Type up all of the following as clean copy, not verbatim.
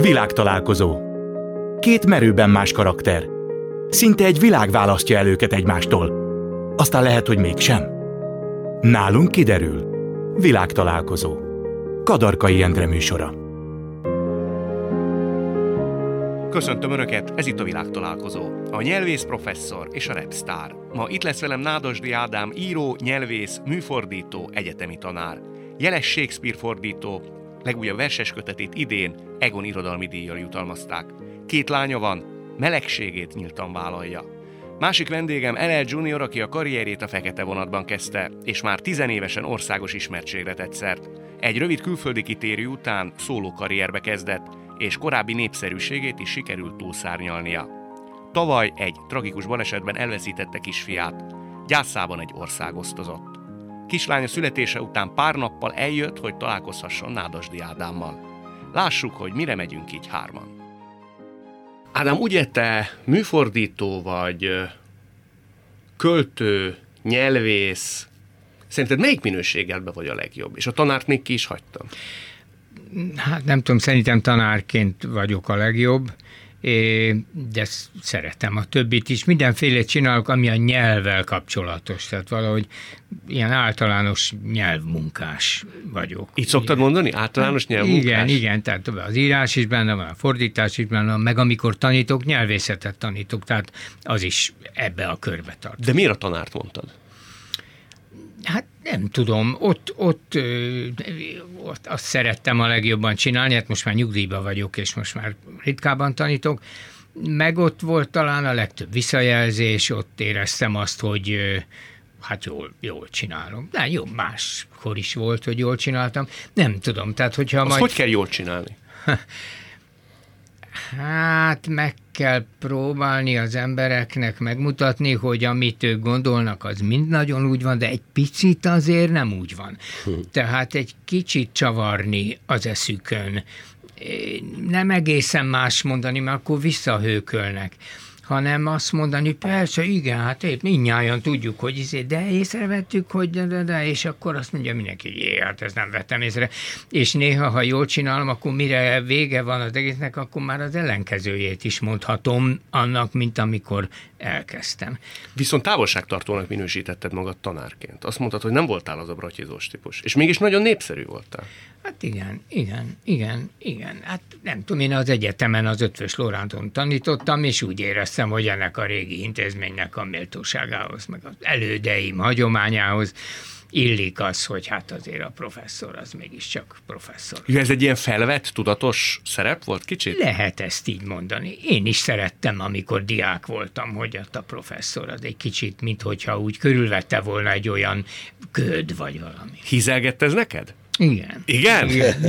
Világtalálkozó. Két merőben más karakter. Szinte egy világ választja el őket egymástól. Aztán lehet, hogy mégsem. Nálunk kiderül. Világtalálkozó. Kadarkai Endre műsora. Köszöntöm Önöket, ez itt a Világtalálkozó. A nyelvész professzor és a rapsztár. Ma itt lesz velem Nádasdy Ádám, író, nyelvész, műfordító, egyetemi tanár. Jeles Shakespeare fordító, legújabb verseskötetét idén Egon irodalmi díjjal jutalmazták. 2 lánya van, melegségét nyíltan vállalja. Másik vendégem LL Junior, aki a karrierjét a Fekete Vonatban kezdte, és már 10 évesen országos ismertségre tett szert. Egy rövid külföldi kitérő után szóló karrierbe kezdett, és korábbi népszerűségét is sikerült túlszárnyalnia. Tavaly egy tragikus balesetben elveszítette kisfiát, gyászában egy ország osztozott. Kislánya születése után pár nappal eljött, hogy találkozhasson Nádasdy Ádámmal. Lássuk, hogy mire megyünk így hárman. Ádám, ugye te műfordító vagy, költő, nyelvész, szerinted melyik minőségedben vagy a legjobb? És a tanárt még ki is hagytam. Hát nem tudom, szerintem tanárként vagyok a legjobb, de szeretem a többit is. Mindenféle csinálok, ami a nyelvvel kapcsolatos, tehát valahogy ilyen általános nyelvmunkás vagyok. Így szoktad mondani? Általános nyelvmunkás? Igen, tehát az írás is benne van, a fordítás is benne van, meg amikor tanítok, nyelvészetet tanítok, tehát az is ebbe a körbe tart. De miért a tanárt mondtad? Hát nem tudom, ott azt szerettem a legjobban csinálni, hát most már nyugdíjban vagyok, és most már ritkában tanítok, meg ott volt talán a legtöbb visszajelzés, ott éreztem azt, hogy hát jól csinálom. De jó, máskor is volt, hogy jól csináltam. Nem tudom, tehát hogyha azt hogy kell jól csinálni? Hát meg kell próbálni az embereknek megmutatni, hogy amit ők gondolnak, az mind nagyon úgy van, de egy picit azért nem úgy van. Tehát egy kicsit csavarni az eszükön. Nem egészen más mondani, mert akkor visszahőkölnek, hanem azt mondani, persze, igen, hát épp mindnyájan tudjuk, hogy de észrevettük, hogy de, és akkor azt mondja mindenki, hát ezt nem vettem észre. És néha, ha jól csinálom, akkor mire vége van az egésznek, akkor már az ellenkezőjét is mondhatom annak, mint amikor elkezdtem. Viszont távolságtartónak minősítetted magad tanárként. Azt mondtad, hogy nem voltál az a bratyizós típus. És mégis nagyon népszerű voltál. Hát igen. Hát nem tudom, én az egyetemen az Eötvös Lóránton tanítottam, és úgy éreztem, hogy ennek a régi intézménynek a méltóságához, meg az elődeim hagyományához illik az, hogy hát azért a professzor az mégiscsak professzor. Ez egy ilyen felvett, tudatos szerep volt kicsit? Lehet ezt így mondani. Én is szerettem, amikor diák voltam, hogy ott a professzor az egy kicsit, minthogyha úgy körülvette volna egy olyan köd vagy valami. Hízelgett ez neked? Igen. Igen?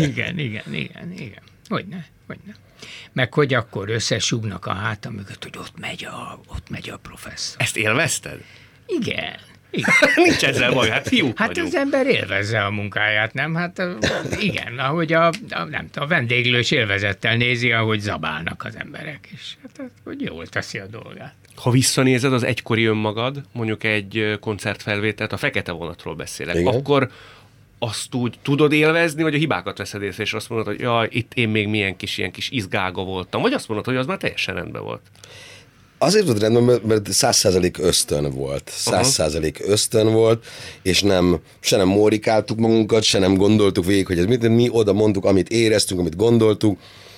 Igen. Hogyne. Meg hogy akkor összesúgnak a hátam mögött, hogy ott megy a professzor. Ezt élvezted? Igen. Nincs ezzel baj, hát fiúk Hát vagyunk. az ember élvezze a munkáját, nem? Hát igen, ahogy a vendéglős élvezettel nézi, ahogy zabálnak az emberek is. Hát hogy jól teszi a dolgát. Ha visszanézed az egykori önmagad, mondjuk egy koncertfelvételt, a Fekete Vonatról beszélek, igen, akkor azt úgy tudod élvezni, vagy a hibákat veszed észre, és azt mondod, hogy jaj, itt én még ilyen kis izgága voltam, vagy azt mondod, hogy az már teljesen rendben volt? Azért volt rendben, mert 100% ösztön volt. 100% ösztön volt, és se nem mórikáltuk magunkat, se nem gondoltuk végig, hogy ez mit, mi oda mondtuk, amit éreztünk, amit gondoltuk,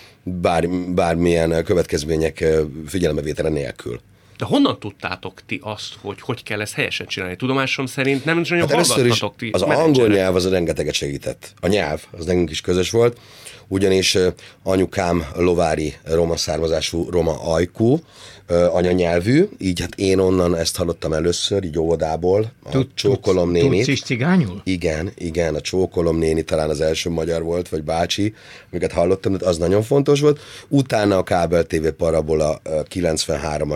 bármilyen következmények figyelembevétele nélkül. De honnan tudtátok ti azt, hogy kell ezt helyesen csinálni? Tudomásom szerint nem nagyon hallgattatok ti. Az angol nyelv az rengeteget segített. A nyelv, az nekünk is közös volt, ugyanis anyukám lovári roma származású, roma ajkú, anyanyelvű, így hát én onnan ezt hallottam először, így óvodából, a Csókolom nénit. Tudsz is cigányul? Igen, a Csókolom néni talán az első magyar volt, vagy bácsi, amiket hallottam, de az nagyon fontos volt. Utána a Kábel TV Parabola 93-as megérkezés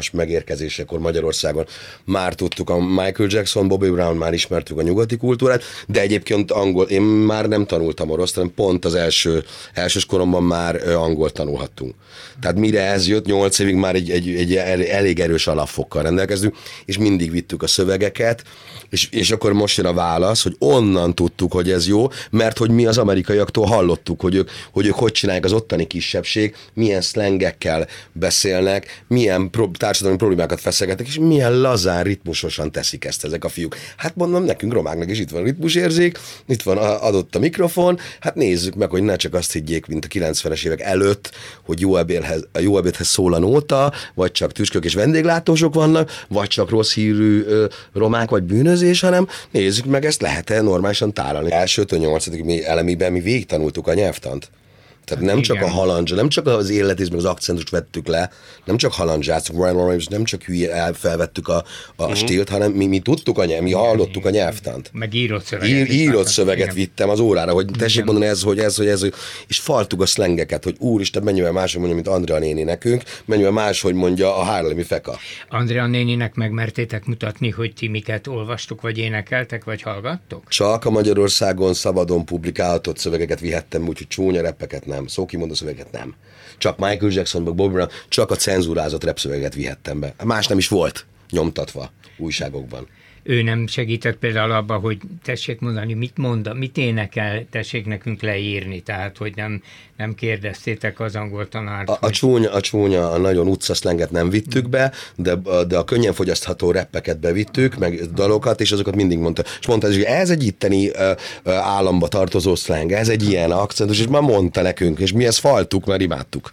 érkezésekor Magyarországon már tudtuk a Michael Jackson, Bobby Brown, már ismertük a nyugati kultúrát, de egyébként én már nem tanultam oroszt, hanem pont az elsős koromban már angolt tanulhattunk. Tehát mire ez jött, 8 évig már egy elég erős alapfokkal rendelkezünk, és mindig vittük a szövegeket, és akkor most jön a válasz, hogy onnan tudtuk, hogy ez jó, mert hogy mi az amerikaiaktól hallottuk, hogy ők hogy csinálják az ottani kisebbség, milyen szlengekkel beszélnek, milyen társadalmi problémákat feszegetnek, és milyen lazán, ritmusosan teszik ezt ezek a fiúk. Hát mondom, nekünk romáknak is itt van ritmusérzék, itt van adott a mikrofon, hát nézzük meg, hogy ne csak azt higgyék, mint a 90-es évek előtt, hogy jó ebédhez szól a nóta, vagy csak tüskök és vendéglátósok vannak, vagy csak rossz hírű romák, vagy bűnözés, hanem nézzük meg, ezt lehet-e normálisan tálalni. Elsőtől 8. elemiben mi végigtanultuk a nyelvtant. Tehát nem csak a halandzsa, nem csak az életész, meg az akcentust vettük le, nem csak halandzsáztuk, nem csak felvettük a stílt, hanem mi tudtuk mi hallottuk a nyelvtant. Meg írott szöveget. Írott szöveget vittem az órára, hogy tessék mondani ez, és faltuk a szlengeket, hogy úristen, mennyivel máshogy mondja, mint Andrea néni nekünk, mennyivel máshogy mondja a Harlemi Feka. Andrea néninek megmertétek mutatni, hogy ti miket olvastuk, vagy énekeltek, vagy hallgattok? Csak a Magyarországon szabadon publikálhatott szövegeket vihettem, úgyhogy csúnya reppeket nem, szókimondó szöveget nem. Csak Michael Jackson, Bob Brown, csak a cenzúrázott repszöveget vihettem be. Más nem is volt nyomtatva újságokban. Ő nem segített például abban, hogy tessék mondani, mit énekel, tessék nekünk leírni, tehát hogy nem kérdeztétek az angol tanárt. A csúnya, a nagyon utcaszlenget nem vittük be, de a könnyen fogyasztható reppeket bevittük, meg dalokat, és azokat mindig mondta. És mondta, hogy ez egy itteni államba tartozó szleng, ez egy ilyen akcentus, és már mondta nekünk, és mi ezt faltuk, mert imádtuk.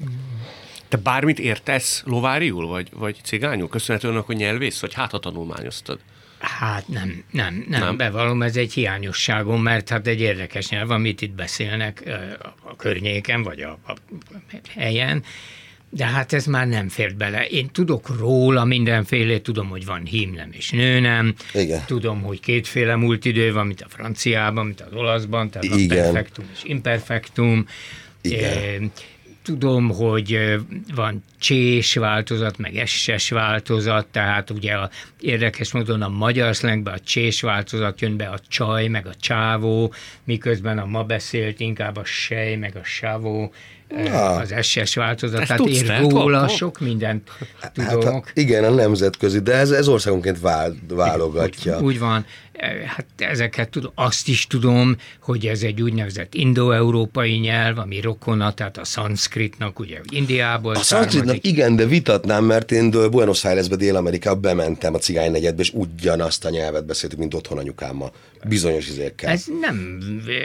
Te bármit értesz lováriul, vagy cigányul? Köszönhetően, hogy nyelvész, vagy hát ha tanulmányoztad? Hát nem, bevallom, ez egy hiányosságom, mert hát egy érdekes nyelv, amit itt beszélnek a környéken, vagy a helyen, de hát ez már nem fért bele. Én tudok róla mindenfélét, tudom, hogy van hímnem és nőnem, igen. Tudom, hogy kétféle múlt idő van, mint a franciában, mint az olaszban, tehát a perfektum és imperfektum. Igen. Tudom, hogy van csés változat, meg esses változat, tehát ugye érdekes módon a magyar szlengben a csés változat jön be a csaj, meg a csávó, miközben a ma beszélt inkább a sej, meg a sávó, az esses változat. Ezt tehát ér róla sok mindent tudok. Hát, igen, a nemzetközi, de ez országonként válogatja. Úgy van. Hát ezeket tudom, azt is tudom, hogy ez egy úgynevezett indo-európai nyelv, ami rokona, tehát a szanszkritnak, ugye, Indiából szanszkritnak igen, de vitatnám, mert én Buenos Airesbe, Dél-Amerikába bementem a cigánynegyedbe, és ugyanazt a nyelvet beszéltük, mint otthon anyukámmal. Bizonyos izékkel. Ez nem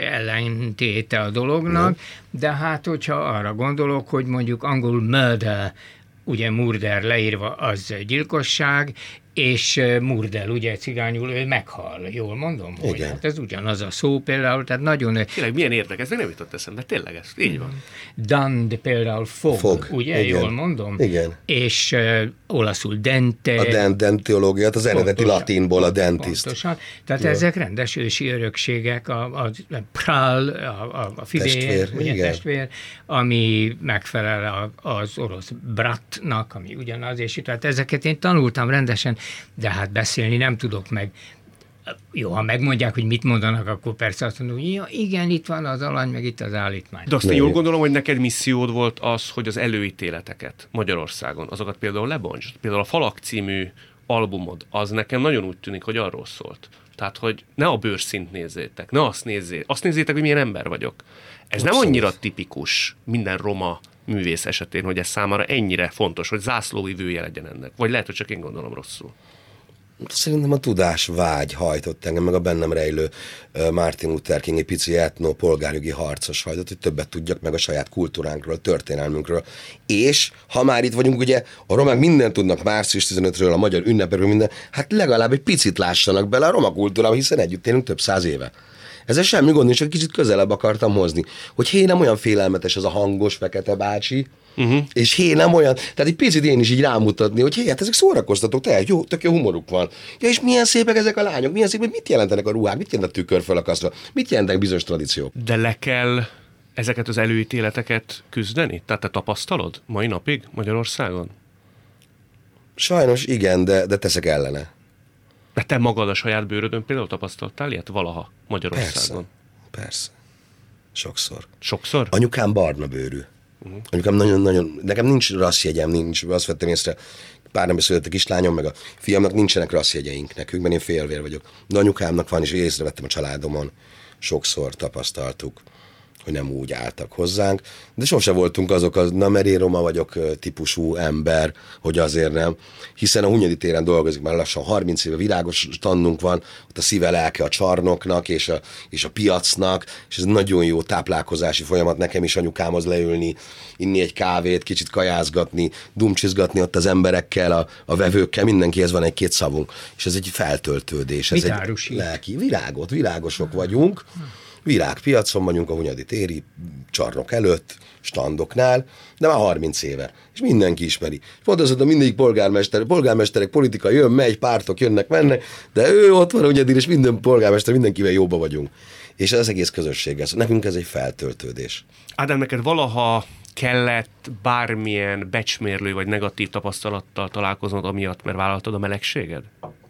ellentéte a dolognak, de hát, hogyha arra gondolok, hogy mondjuk angolul murder, ugye murder leírva az gyilkosság, és murdel, ugye cigányul, ő meghal, jól mondom? Hogy igen. Hát ez ugyanaz a szó például, tehát nagyon... Tényleg milyen érdekes, ez nem jutott eszembe, tényleg ez, így van. De például fog, ugye, igen. Jól mondom? Igen. És olaszul dente. A denteológiát, az eredeti latinból a dentist. Pontosan, tehát ezek rendes ősi örökségek, a pral, a fivér, ugye testvér, ami megfelel az orosz bratnak, ami ugyanaz, és tehát ezeket én tanultam rendesen, de hát beszélni nem tudok meg. Jó, ha megmondják, hogy mit mondanak, akkor persze azt mondom, hogy ja, igen, itt van az alany, meg itt az állítmány. De azt én jól gondolom, hogy neked missziód volt az, hogy az előítéleteket Magyarországon, azokat például lebontsd. Például a Falak című albumod, az nekem nagyon úgy tűnik, hogy arról szólt. Tehát, hogy ne a bőrszint nézzétek, ne azt nézzétek, hogy milyen ember vagyok. Ez nem annyira tipikus minden roma művész esetén, hogy ez számára ennyire fontos, hogy zászlóvivője legyen ennek. Vagy lehet, hogy csak én gondolom rosszul. Szerintem a tudásvágy hajtott engem, meg a bennem rejlő Martin Luther King egy pici polgárjogi harcos hajtott, hogy többet tudjak meg a saját kultúránkról, a történelmünkről. És ha már itt vagyunk, ugye a romák mindent tudnak március 15-ről, a magyar ünnepekről, minden, hát legalább egy picit lássanak bele a roma kultúrába, hiszen együtt élünk több száz éve. Ezzel semmi gond, és egy kicsit közelebb akartam hozni, hogy nem olyan félelmetes az a hangos fekete bácsi, és nem olyan, tehát egy picit én is így rámutatni, hogy hát ezek szórakoztatók, tök jó humoruk van. Ja, és milyen szépek ezek a lányok, milyen szépek, mit jelentenek a ruhák, mit jelent a tükör fölakasztva, mit jelentenek bizonyos tradíciók. De le kell ezeket az előítéleteket küzdeni? Tehát te tapasztalod mai napig Magyarországon? Sajnos igen, de teszek ellene. De te magad a saját bőrödön például tapasztaltál ilyet valaha Magyarországon? Persze. Sokszor. Sokszor? Anyukám barna bőrű. Anyukám nagyon-nagyon, nekem nincs rasszjegyem, azt vettem észre, pár nem született a kislányom, meg a fiamnak nincsenek rasszjegyeink nekünk, mert én félvér vagyok. De anyukámnak van, és észrevettem a családomon, sokszor tapasztaltuk, hogy nem úgy álltak hozzánk, de sose voltunk azok a na mert én roma vagyok típusú ember, hogy azért nem, hiszen a Hunyadi téren dolgozik már lassan 30 éve, virágos standunk van, ott a szíve lelke a csarnoknak és a piacnak, és ez nagyon jó táplálkozási folyamat nekem is anyukámhoz leülni, inni egy kávét, kicsit kajázgatni, dumcsizgatni ott az emberekkel, a vevőkkel, mindenkihez van egy-két szavunk, és ez egy feltöltődés, ez egy lelki virágosok vagyunk. Virágpiacon vagyunk a Hunyadi téri csarnok előtt, standoknál, de már 30 éve. És mindenki ismeri. Pont az, hogy mindegyik polgármesterek, politika jön, megy, pártok jönnek, mennek, de ő ott van Hunyadin, és minden polgármester, mindenkivel jóba vagyunk. És az egész közösséggel. Nekünk ez egy feltöltődés. Ádám, neked valaha kellett bármilyen becsmérlő vagy negatív tapasztalattal találkoznod amiatt, mert vállaltad a melegséged?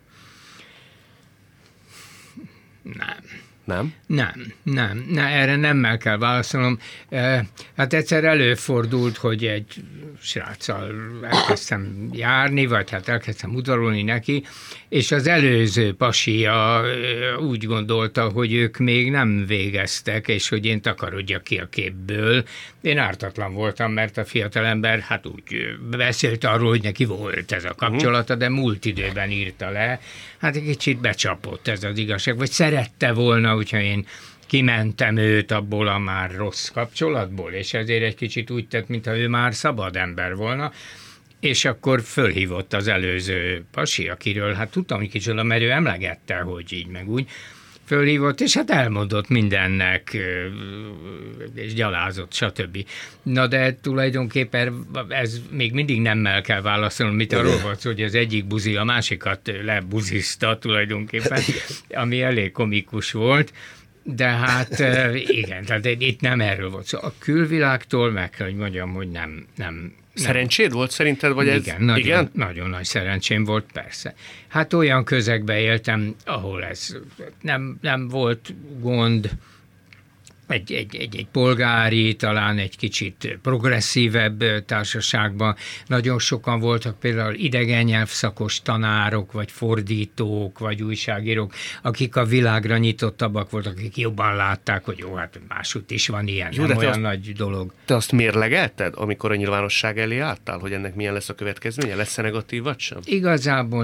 Nem, erre nemmel kell válaszolnom. Hát egyszer előfordult, hogy egy sráccal elkezdtem járni, vagy hát elkezdtem udvarolni neki, és az előző pasia úgy gondolta, hogy ők még nem végeztek, és hogy én takarodjak ki a képből. Én ártatlan voltam, mert a fiatalember hát úgy beszélt arról, hogy neki volt ez a kapcsolata, de múlt időben írta le. Hát egy kicsit becsapott ez az igazság, vagy szerette volna, hogyha én kimentem őt abból a már rossz kapcsolatból, és ezért egy kicsit úgy tett, mintha ő már szabad ember volna, és akkor fölhívott az előző pasi, akiről hát tudtam, hogy kicsoda, mert ő emlegette, hogy így meg úgy, fölhívott, és hát elmondott mindennek, és gyalázott, stb. Na de tulajdonképpen ez még mindig nemmel kell válaszolnom, mit arról volt, hogy az egyik buzi a másikat lebuzizta tulajdonképpen, ami elég komikus volt, de hát igen, tehát itt nem erről volt. Szóval a külvilágtól meg kell, hogy mondjam, hogy nem. Szerencséd volt szerinted, vagy igen, ez? Nagyon nagy szerencsém volt, persze. Hát olyan közegben éltem, ahol ez nem volt gond, egy polgári, talán egy kicsit progresszívebb társaságban. Nagyon sokan voltak például idegen nyelvszakos tanárok, vagy fordítók, vagy újságírók, akik a világra nyitottabbak voltak, akik jobban látták, hogy jó, hát másút is van ilyen, jó, nem olyan nagy dolog. Te azt mérlegelted, amikor a nyilvánosság elé álltál, hogy ennek milyen lesz a következménye? Lesz-e negatív, vagy sem? Igazából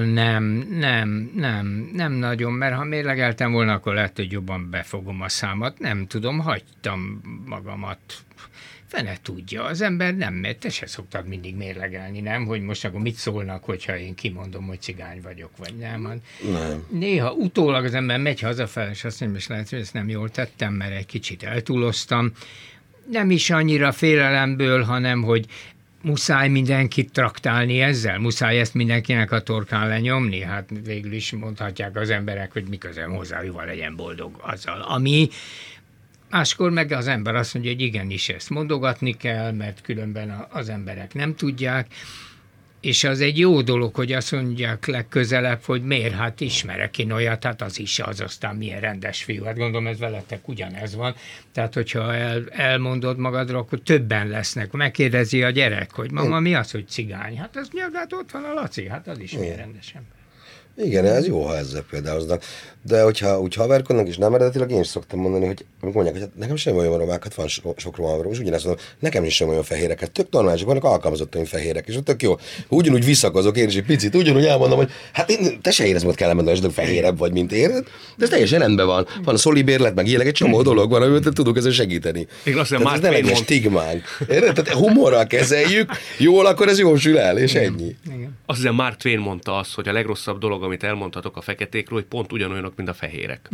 nem nagyon, mert ha mérlegeltem volna, akkor lehet, hogy jobban befogom a számat. Nem tudom, hagytam magamat. Fene tudja, az ember nem, mert te se szoktad mindig mérlegelni, nem? Hogy most akkor mit szólnak, hogyha én kimondom, hogy cigány vagyok, vagy nem? Nem. Néha utólag az ember megy hazafel, és azt mondja, és lehet, hogy ezt nem jól tettem, mert egy kicsit eltúloztam. Nem is annyira félelemből, hanem, hogy muszáj mindenkit traktálni ezzel? Muszáj ezt mindenkinek a torkán lenyomni? Hát végül is mondhatják az emberek, hogy miközben hozzá, jóval legyen boldog azzal, ami. Máskor meg az ember azt mondja, hogy igenis ezt mondogatni kell, mert különben az emberek nem tudják, és az egy jó dolog, hogy azt mondják legközelebb, hogy miért, hát ismerek én olyat, hát az is az, aztán milyen rendes fiú. Hát gondolom, ez veletek ugyanez van. Tehát, hogyha elmondod magadra, akkor többen lesznek. Megkérdezi a gyerek, hogy mama, mi az, hogy cigány? Hát ez nyilván, hát ott van a Laci, hát az is milyen rendes ember. Igen, ez jó, ha ezzel példáloznak. De hogyha úgy haverkodnak, és nem eredetileg, én is szoktam mondani, hogy amikor mondják, hogy nekem sem olyan romákat, van sok román, és ugyanezt mondom, nekem is sem olyan fehéreket. Tök normálisak vannak alkalmazottaim fehérek, és ott tök jó. Ugyanúgy visszakozok én is egy picit, ugyanúgy elmondom, hogy hát te se érezd, hogy kell elmondani, hogy fehérebb vagy, mint én. De ez teljesen rendben van. Van a szolibérlet, meg ilyenek, egy csomó dolog van, amit tudunk ezen segíteni. Ez nem egy stigmánk. Tehát humorral kezeljük, jól, akkor ez jól sül el, és ennyi. Azt hiszem, Mark Twain mondta azt, hogy a legrosszabb dolog, amit elmondhatok a feketékről, hogy pont ugyanolyanok, mint a fehérek.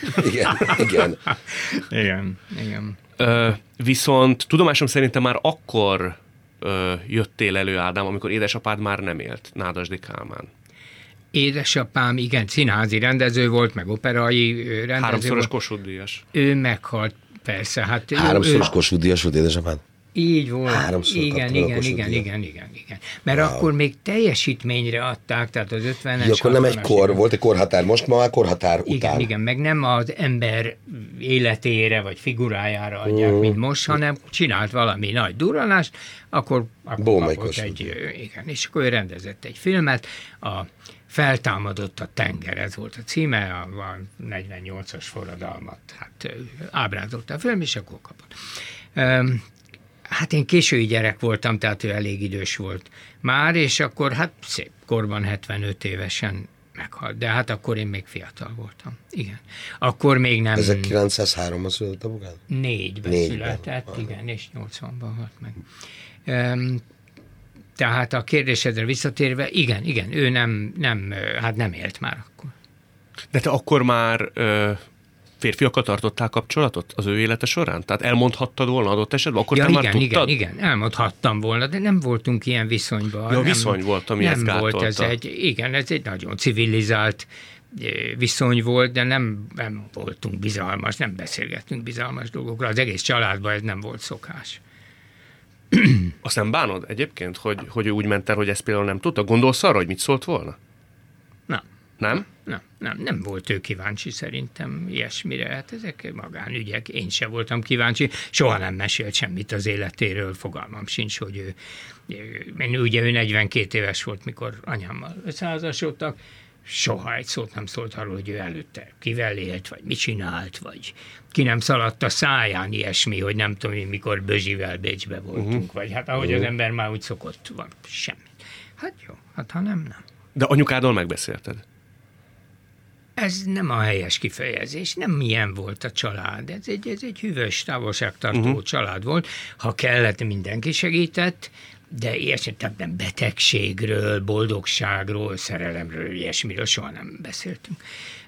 Igen. Viszont tudomásom szerintem már akkor jöttél elő, Ádám, amikor édesapád már nem élt, Nádasdy Kálmán. Édesapám, igen, színházi rendező volt, meg operai rendező 3-szoros Kossuth-díjas. Ő meghalt, persze. Hát 3-szoros Kossuth-díjas volt édesapád? Így volt. Háromszor Igen. Mert akkor még teljesítményre adták, tehát az 50-es... Akkor nem egy kor, volt egy korhatár, most már korhatár után. Igen, meg nem az ember életére vagy figurájára adják, mint most, hanem csinált valami nagy durranást, akkor kapott igen, és akkor ő rendezett egy filmet, Feltámadott a tenger, ez volt a címe, a 48-as forradalmat ábrázolta a film, és akkor kapott. Hát én késői gyerek voltam, tehát ő elég idős volt már, és akkor szép korban 75 évesen meghalt, de hát akkor én még fiatal voltam. Igen. Akkor még nem... 1903-ban született apukád? 4-ben született, igen, és 80-ban halt meg. Tehát a kérdésedre visszatérve, igen, ő nem élt már akkor. De te akkor már férfiakkal tartottál kapcsolatot az ő élete során? Tehát elmondhattad volna adott esetben? Akkor te már tudtad? Igen, elmondhattam volna, de nem voltunk ilyen viszonyban. Ja, viszony volt, ami ezt gátolta. Ez egy nagyon civilizált viszony volt, de nem voltunk bizalmas, nem beszélgettünk bizalmas dolgokra. Az egész családban ez nem volt szokás. Azt nem bánod egyébként, hogy ő úgy ment el, hogy ezt például nem tudta? Gondolsz arra, hogy mit szólt volna? Nem? Nem volt ő kíváncsi szerintem ilyesmire. Hát ezek magánügyek, én se voltam kíváncsi. Soha nem mesélt semmit az életéről, fogalmam sincs, hogy ő 42 éves volt, mikor anyámmal összeházasodtak, soha egy szót nem szólt arról, hogy ő előtte kivel élt, vagy mit csinált, vagy ki nem szaladt a száján ilyesmi, hogy nem tudom, mikor Bözsivel Bécsbe voltunk, vagy hát ahogy az ember már úgy szokott, van semmi. Hát jó, hát ha nem. De anyukáddal megbeszélted? Ez nem a helyes kifejezés, nem ilyen volt a család. Ez egy hűvös, távolságtartó család volt. Ha kellett, mindenki segített, de ilyesmi, tehát nem betegségről, boldogságról, szerelemről, ilyesmiről soha nem beszéltünk.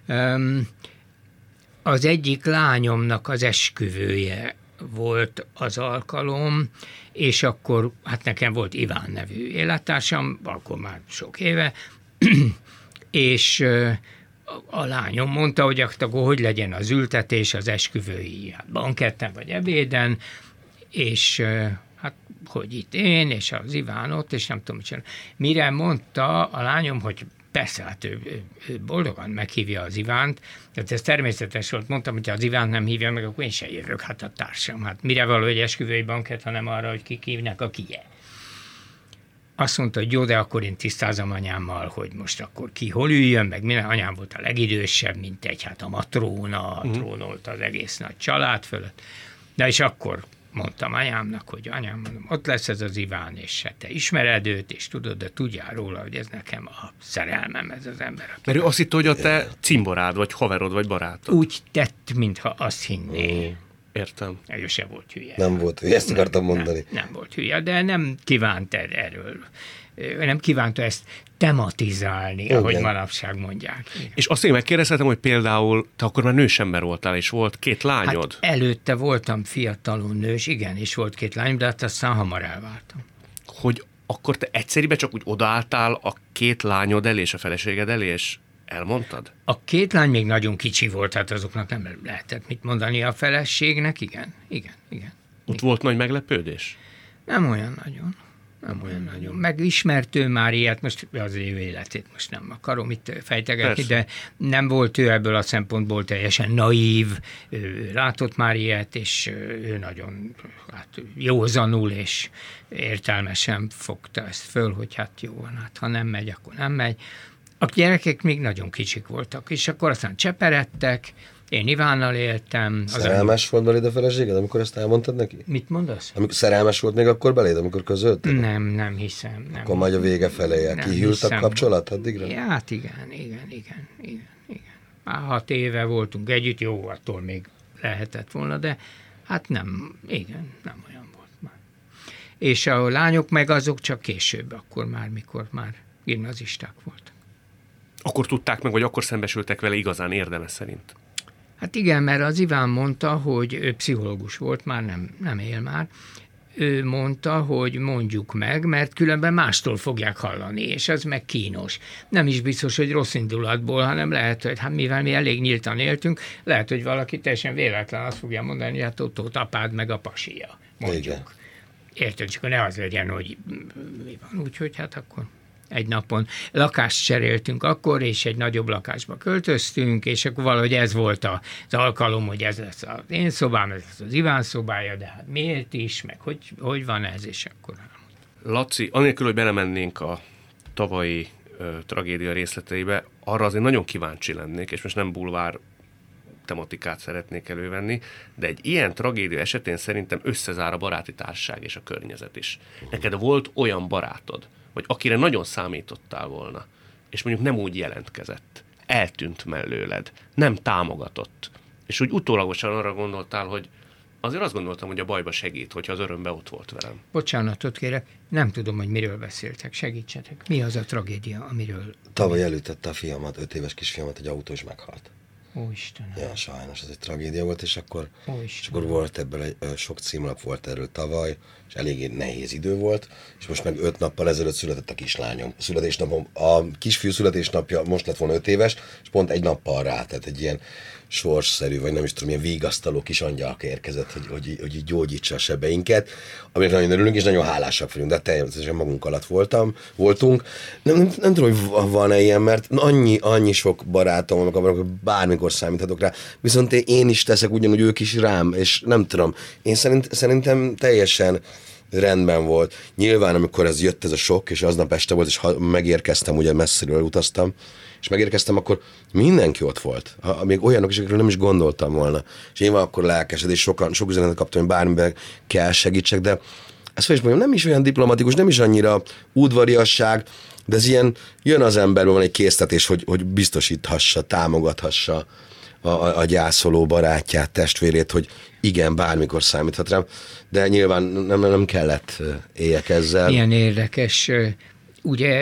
Az egyik lányomnak az esküvője volt az alkalom, és akkor, hát nekem volt Iván nevű élettársam, akkor már sok éve, és a lányom mondta, hogy akkor hogy legyen az ültetés az esküvői banketten vagy ebéden, és hát hogy itt én, és az Iván ott, és nem tudom, mit csinálni. Mire mondta a lányom, hogy persze, hát ő boldogan meghívja az Ivánt, tehát ez természetes volt, mondtam, hogy ha az Ivánt nem hívja meg, akkor én sem jövök, hát a társam. Hát mire való egy esküvői bankett, hanem arra, hogy kik hívnak, a kie. Azt mondta, hogy jó, de akkor én tisztázom anyámmal, hogy most akkor ki hol üljön, meg minden. Anyám volt a legidősebb, mint a matróna, trónolt az egész nagy család fölött. De és akkor mondtam anyámnak, hogy anyám, mondom, ott lesz ez az Iván, és hát te ismered őt, és tudod, de tudjál róla, hogy ez nekem a szerelmem, ez az ember. Mert ő azt hitte, hogy a te cimborád, vagy haverod, vagy barátod. Úgy tett, mintha azt hinné. Értem. Ő se volt hülye. Nem volt hülye, ezt akartam mondani. Nem volt hülye, de nem kívánt erről. Nem kívánta ezt tematizálni, igen, ahogy manapság mondják. Igen. És azt én megkérdezhetem, hogy például te akkor már nős ember voltál, és volt 2 lányod. Hát előtte voltam fiatalon nős, igen, és volt 2 lányom, de hát aztán hamar elváltam. Hogy akkor te egyszerűen csak úgy odaálltál a 2 lányod elé és a feleséged elé, és elmondtad? A 2 lány még nagyon kicsi volt, hát azoknak nem lehetett mit mondani a feleségnek, igen. Ott volt nagy meglepődés? Nem olyan nagyon. Megismert ő már ilyet, most az ő életét most nem akarom itt fejtegetni, de nem volt ő ebből a szempontból teljesen naív, ő látott már ilyet, és ő nagyon józanul és értelmesen fogta ezt föl, hogy hát jó van, hát ha nem megy, akkor nem megy. A gyerekek még nagyon kicsik voltak, és akkor aztán cseperedtek, én Ivánnal éltem. Szerelmes volt beléd a feleséged, amikor ezt elmondtad neki? Mit mondasz? Amikor szerelmes volt még akkor beléd, amikor közölted? Nem hiszem. Nem akkor majd a vége feléje. Kihűlt a kapcsolat addigra? Ja, hát igen. Már 6 éve voltunk együtt, jó, attól még lehetett volna, de hát nem olyan volt már. És a lányok meg azok csak később, akkor már, mikor már gimnazisták voltak. Akkor tudták meg, vagy akkor szembesültek vele igazán érdemes szerint? Hát igen, mert az Iván mondta, hogy ő pszichológus volt, már nem él már. Ő mondta, hogy mondjuk meg, mert különben mástól fogják hallani, és ez meg kínos. Nem is biztos, hogy rossz indulatból, hanem lehet, hogy hát mivel mi elég nyíltan éltünk, lehet, hogy valaki teljesen véletlen azt fogja mondani, hogy hát ott apád meg a pasia, mondjuk. Igen. Érted, csak ne az legyen, hogy mi van. Úgyhogy hát akkor egy napon lakást cseréltünk akkor, és egy nagyobb lakásba költöztünk, és akkor valahogy ez volt az alkalom, hogy ez lesz az én szobám, ez lesz az Iván szobája, de hát miért is, meg hogy van ez, és akkor... Laci, anélkül, hogy belemennénk a tavalyi tragédia részleteibe, arra azért nagyon kíváncsi lennék, és most nem bulvár tematikát szeretnék elővenni, de egy ilyen tragédia esetén szerintem összezár a baráti társaság és a környezet is. Neked volt olyan barátod, vagy akire nagyon számítottál volna, és mondjuk nem úgy jelentkezett, eltűnt mellőled, nem támogatott, és úgy utólagosan arra gondoltál, hogy azért azt gondoltam, hogy a bajba segít, hogyha az örömbe ott volt velem. Bocsánatot kérek, nem tudom, hogy miről beszéltek, segítsetek. Mi az a tragédia, amiről... Tavaly elütötte a fiamat, 5 éves kisfiamat, egy autó is meghalt. Ó, Istenem. Ja, sajnos, ez egy tragédia volt, és akkor volt ebből sok címlap volt erről tavaly, és eléggé nehéz idő volt, és most meg 5 nappal ezelőtt született a kislányom. Születésnapom, a kisfiú születésnapja most lett volna 5 éves, és pont egy nappal rá, tehát egy ilyen sorsszerű, vagy nem is tudom, ilyen vigasztaló kis angyalka érkezett, hogy így gyógyítsa a sebeinket, aminek nagyon örülünk, és nagyon hálásak vagyunk, de természetesen magunk alatt voltunk. Nem tudom, hogy van-e ilyen, mert annyi sok barátom, amikor bármikor számíthatok rá, viszont én is teszek ugyanúgy, ők is rám, és nem tudom, én szerintem teljesen rendben volt. Nyilván, amikor ez jött ez a sok, és aznap este volt, és megérkeztem, ugye messziről utaztam, és megérkeztem, akkor mindenki ott volt. Még olyanok is, akikről nem is gondoltam volna. És én van akkor lelkesed, és sok üzenetet kaptam, hogy bármiben kell segítsek, de ezt fel is mondjam, nem is olyan diplomatikus, nem is annyira udvariasság, de ez ilyen, jön az emberben, van egy késztetés, hogy biztosíthassa, támogathassa a gyászoló barátját, testvérét, hogy igen, bármikor számíthat rám, de nyilván nem kellett éljek ezzel. Milyen érdekes, ugye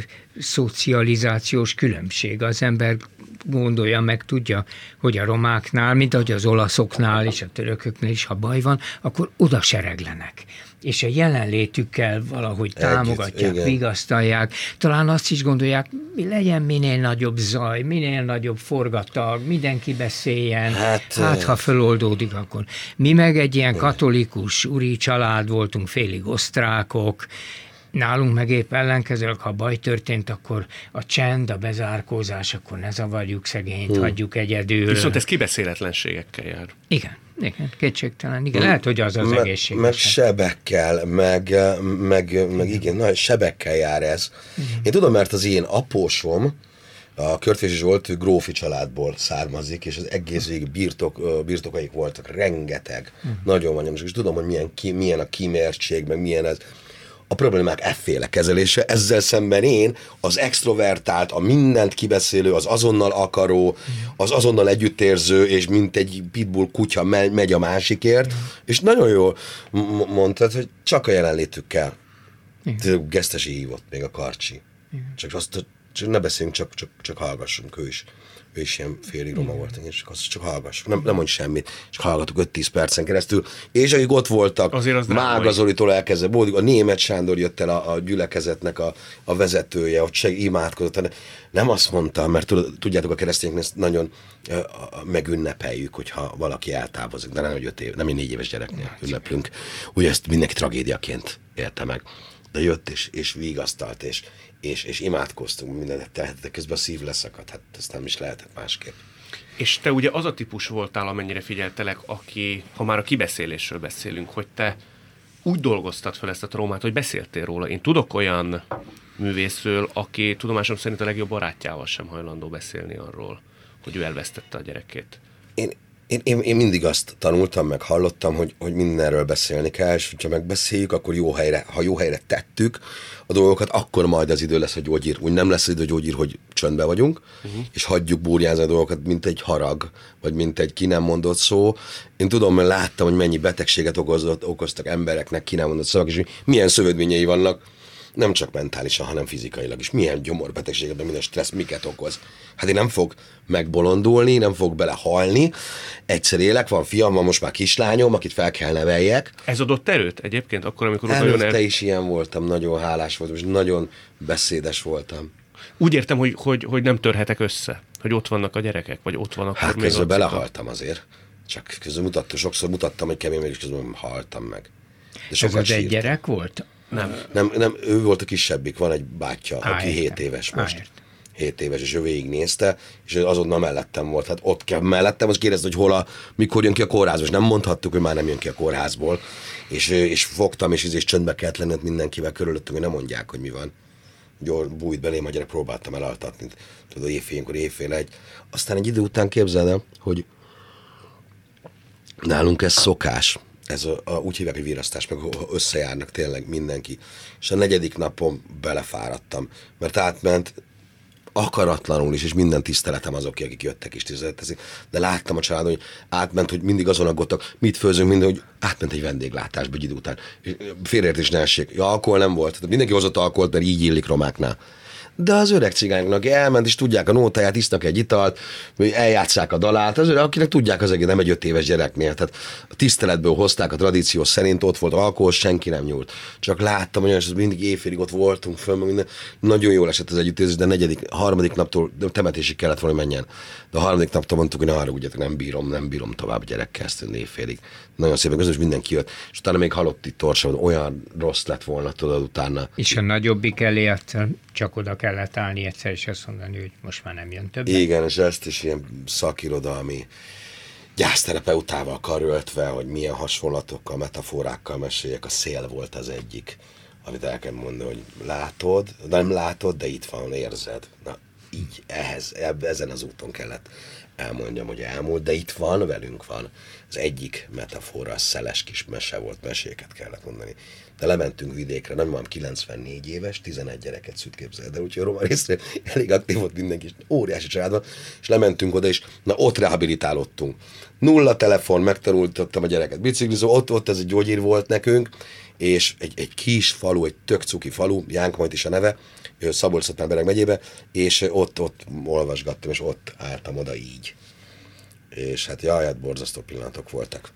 szocializációs különbség. Az ember gondolja, meg tudja, hogy a romáknál, mint ahogy az olaszoknál és a törököknél is, ha baj van, akkor oda sereglenek. És a jelenlétükkel valahogy támogatják, vigasztalják. Talán azt is gondolják, legyen minél nagyobb zaj, minél nagyobb forgatag, mindenki beszéljen, hát ha föloldódik, akkor. Mi meg egy ilyen katolikus uri család voltunk, félig osztrákok, nálunk meg épp ellenkezőleg, ha baj történt, akkor a csend, a bezárkózás, akkor ne zavarjuk szegényt, hagyjuk egyedül. Viszont ez kibeszéletlenségekkel jár. Igen, kétségtelen. Igen, lehet, hogy az egészséges. Meg sebekkel, meg igen, nagy sebekkel jár ez. Én tudom, mert az én apósom, a Körtfési Zsolt grófi családból származik, és az egész végig birtokaik voltak, rengeteg. Nagyon van, és tudom, hogy milyen a kimértség, meg milyen ez. A problémák efféle kezelése, ezzel szemben én, az extrovertált, a mindent kibeszélő, az azonnal akaró, az azonnal együttérző, és mint egy pitbull kutya megy a másikért, és nagyon jól mondtad, hogy csak a jelenlétükkel. Gesztesi hívott még a Karcsi. Csak ne beszéljünk, csak hallgassunk, ő is ilyen félig roma volt, csak hallgassunk, nem mondj semmit, csak hallgatok 5-10 percen keresztül, és akik ott voltak, Mága Zolitól elkezdve, Bódig, a Németh Sándor jött el a gyülekezetnek a vezetője, ott imádkozott, nem azt mondta, mert tudjátok, a keresztényeknek ezt nagyon megünnepeljük, hogyha valaki eltávozik, de nem, hogy 5 év, nem egy 4 éves gyereknél ünneplünk, ugye ezt mindenki tragédiaként élte meg, de jött és vigasztalt, és imádkoztunk mindent, tehetettek, közben a szív leszakadt, hát ezt nem is lehetett másképp. És te ugye az a típus voltál, amennyire figyeltelek, aki, ha már a kibeszélésről beszélünk, hogy te úgy dolgoztad fel ezt a traumát, hogy beszéltél róla. Én tudok olyan művészről, aki tudomásom szerint a legjobb barátjával sem hajlandó beszélni arról, hogy ő elvesztette a gyerekét. Én mindig azt tanultam, meg hallottam, hogy mindenről beszélni kell, és hogyha megbeszéljük, akkor ha jó helyre tettük a dolgokat, akkor majd az idő lesz a gyógyír. Úgy nem lesz az idő a gyógyír, hogy csöndbe vagyunk, és hagyjuk burjánzni a dolgokat, mint egy harag, vagy mint egy ki nem mondott szó. Én tudom, mert láttam, hogy mennyi betegséget okoztak embereknek ki nem mondott szavak, és milyen szövődményei vannak, nem csak mentálisan, hanem fizikailag is. Milyen gyomorbetegségekben, minden stressz miket okoz. Hát én nem fog megbolondulni, nem fog belehalni. Egyszer élek, van fiam, van most már kislányom, akit fel kell neveljek. Ez adott erőt egyébként? Akkor, amikor előtte is ilyen voltam, nagyon hálás voltam, és nagyon beszédes voltam. Úgy értem, hogy nem törhetek össze, hogy ott vannak a gyerekek, vagy ott van akkor hát közben belehaltam azért. Csak közben sokszor mutattam, hogy kemény meg, és közben haltam meg. sokat ez egy sírt. gyerek volt? Nem, ő volt a kisebbik, van egy bátyja, aki 7 éves most. 7 éves, és ő végignézte, és ő azonnal mellettem volt. Hát ott kell mellettem, az kérdezte, hogy mikor jön ki a kórházból, és nem mondhattuk, hogy már nem jön ki a kórházból. És fogtam, és csöndbe kellett lenni mindenkivel körülöttünk, hogy nem mondják, hogy mi van. Bújt belém, a gyerek, próbáltam elaltatni. Tudod, éjfél egy. Aztán egy idő után képzeld el, hogy nálunk ez szokás. Ez úgy hívják, hogy virasztás, meg összejárnak tényleg mindenki. És a 4. napon belefáradtam, mert átment akaratlanul is, és minden tiszteletem azok, akik jöttek és tiszteletezik. De láttam a családon, hogy átment, hogy mindig azon aggódtak, mit főzünk, minden, hogy átment egy vendéglátásba egy idő után. Félreértés ne essék. Ja, alkohol nem volt. Tehát mindenki hozott alkoholt, mert így illik romáknál. De az öreg cigányoknak elment, és tudják a nótáját, isznak egy italt, eljátsszák a dalát, az öreg, akinek tudják az egész, nem egy 5 éves gyereknél. Tehát a tiszteletből hozták a tradíció szerint, ott volt alkohol, senki nem nyúlt. Csak láttam, hogy mindig éjfélig ott voltunk föl, minden. Nagyon jól esett az együttérzés, de 3. naptól temetésig kellett volna menjen. De a 3. naptól mondtuk, hogy ne haragudjatok, nem bírom tovább gyerekkel ezt éjfélig. Nagyon szépen közös, mindenki jött, és utána még halott itt Torsában, olyan rossz lett volna, tudod, utána. És a nagyobbik elé csak oda kellett állni egyszer, és azt mondani, hogy most már nem jön többet. Igen, és ezt is ilyen szakirodalmi gyászterapeutával karöltve, hogy milyen hasonlatokkal, metaforákkal meséljek. A szél volt az egyik, amit el kell mondani, hogy látod, nem látod, de itt van, érzed. Na, így, ezen az úton kellett elmondjam, hogy elmúlt, de itt van, velünk van. Az egyik metafora, a szeles kis mese volt, meséket kellett mondani. De lementünk vidékre, nem van 94 éves, 11 gyereket szült, képzeld el, úgyhogy a roma részre elég aktív volt mindenki, óriási családban, és lementünk oda, és na ott rehabilitálódtunk. 0 telefon, megtanultattam a gyereket biciklizó, ott ez egy gyógyír volt nekünk, és egy kis falu, egy tök cuki falu, Jánkmajt is a neve, Szabolcs-Szatmár-Bereg megyébe, és ott olvasgattam, és ott álltam oda így. És hát borzasztó pillanatok voltak.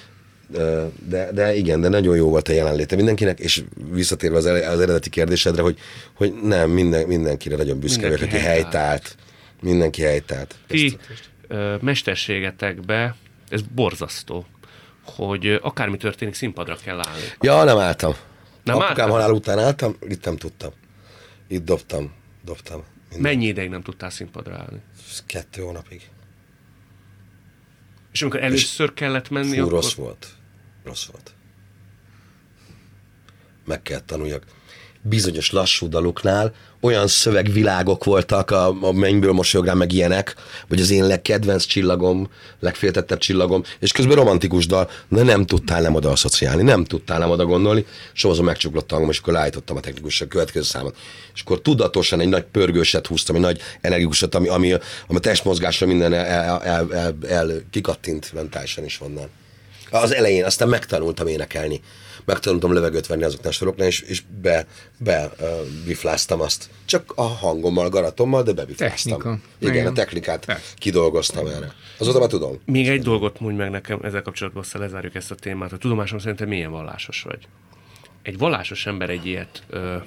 De igen, de nagyon jó volt a jelenléte mindenkinek, és visszatérve az eredeti kérdésedre, hogy nem, mindenkire nagyon büszke vagyok, aki helytált. Mindenki helytált. Ti mesterségetekbe, ez borzasztó, hogy akármi történik, színpadra kell állni. Ja, nem álltam. Nem Apukám halál után álltam, itt nem tudtam. Itt dobtam. Mennyi ideig nem tudtál színpadra állni? 2 hónapig. És amikor először kellett menni, akkor... Rossz volt. Meg kell tanuljak. Bizonyos lassú daloknál olyan szövegvilágok voltak, a Mennyből mosolyog rám, meg ilyenek, vagy az én legkedvenc csillagom, legféltettebb csillagom, és közben romantikus dal, de nem tudtál nem oda asszociálni, nem tudtál nem oda gondolni, sohozom megcsuklott hangom, és akkor leállítottam a technikusra a következő számot. És akkor tudatosan egy nagy pörgőset húztam, egy nagy energikusat, ami a testmozgásra minden kikattint mentálisan is onnan. Az elején, aztán megtanultam énekelni. Megtanultam levegőt venni azoknál a soroknál, és befláztam azt. Csak a hangommal, garatommal, de bebifláztam. Igen, a technikát kidolgoztam erre. Azóta már tudom. Még egy dolgot mondj meg nekem ezzel kapcsolatban, aztán lezárjuk ezt a témát. A tudomásom szerintem milyen vallásos vagy? Egy vallásos ember egy ilyet...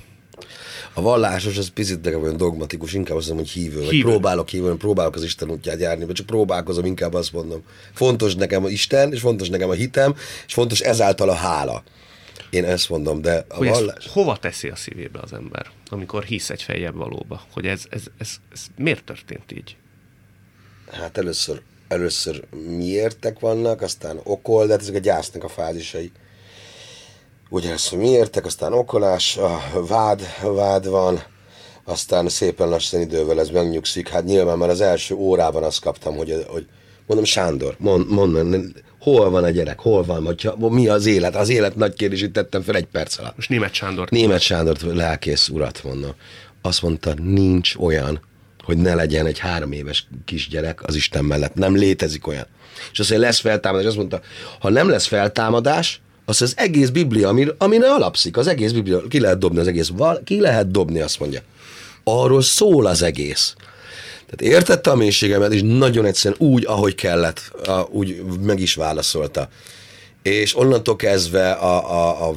A vallásos, az picit nekem olyan dogmatikus, inkább azt mondom, hogy hívő. Próbálok az Isten útját járni, vagy csak próbálkozom, inkább azt mondom. Fontos nekem az Isten, és fontos nekem a hitem, és fontos ezáltal a hála. Én ezt mondom, de a vallás... Hova teszi a szívébe az ember, amikor hisz egy feljebb valóba? Hogy ez miért történt így? Hát először miértek vannak, aztán okol, de ezek a gyásznak a fázisai. Ugyanezt, hogy miértek, aztán okolás, vád van, aztán szépen lassan idővel ez megnyugszik. Hát nyilván már az első órában azt kaptam, hogy mondom, Sándor, mondd, hol van a gyerek, hol van, mi az élet? Az élet nagy kérdését tettem fel 1 perc alatt. Most Németh Sándort, lelkész urat mondom. Azt mondta, nincs olyan, hogy ne legyen egy 3 éves kisgyerek az Isten mellett. Nem létezik olyan. És azt mondja, lesz feltámadás, azt mondta, ha nem lesz feltámadás, az egész Biblia, amire alapszik, az egész Biblia, ki lehet dobni, azt mondja. Arról szól az egész. Tehát értette a mélységemet, és nagyon egyszerűen úgy, ahogy kellett, úgy meg is válaszolta. És onnantól kezdve a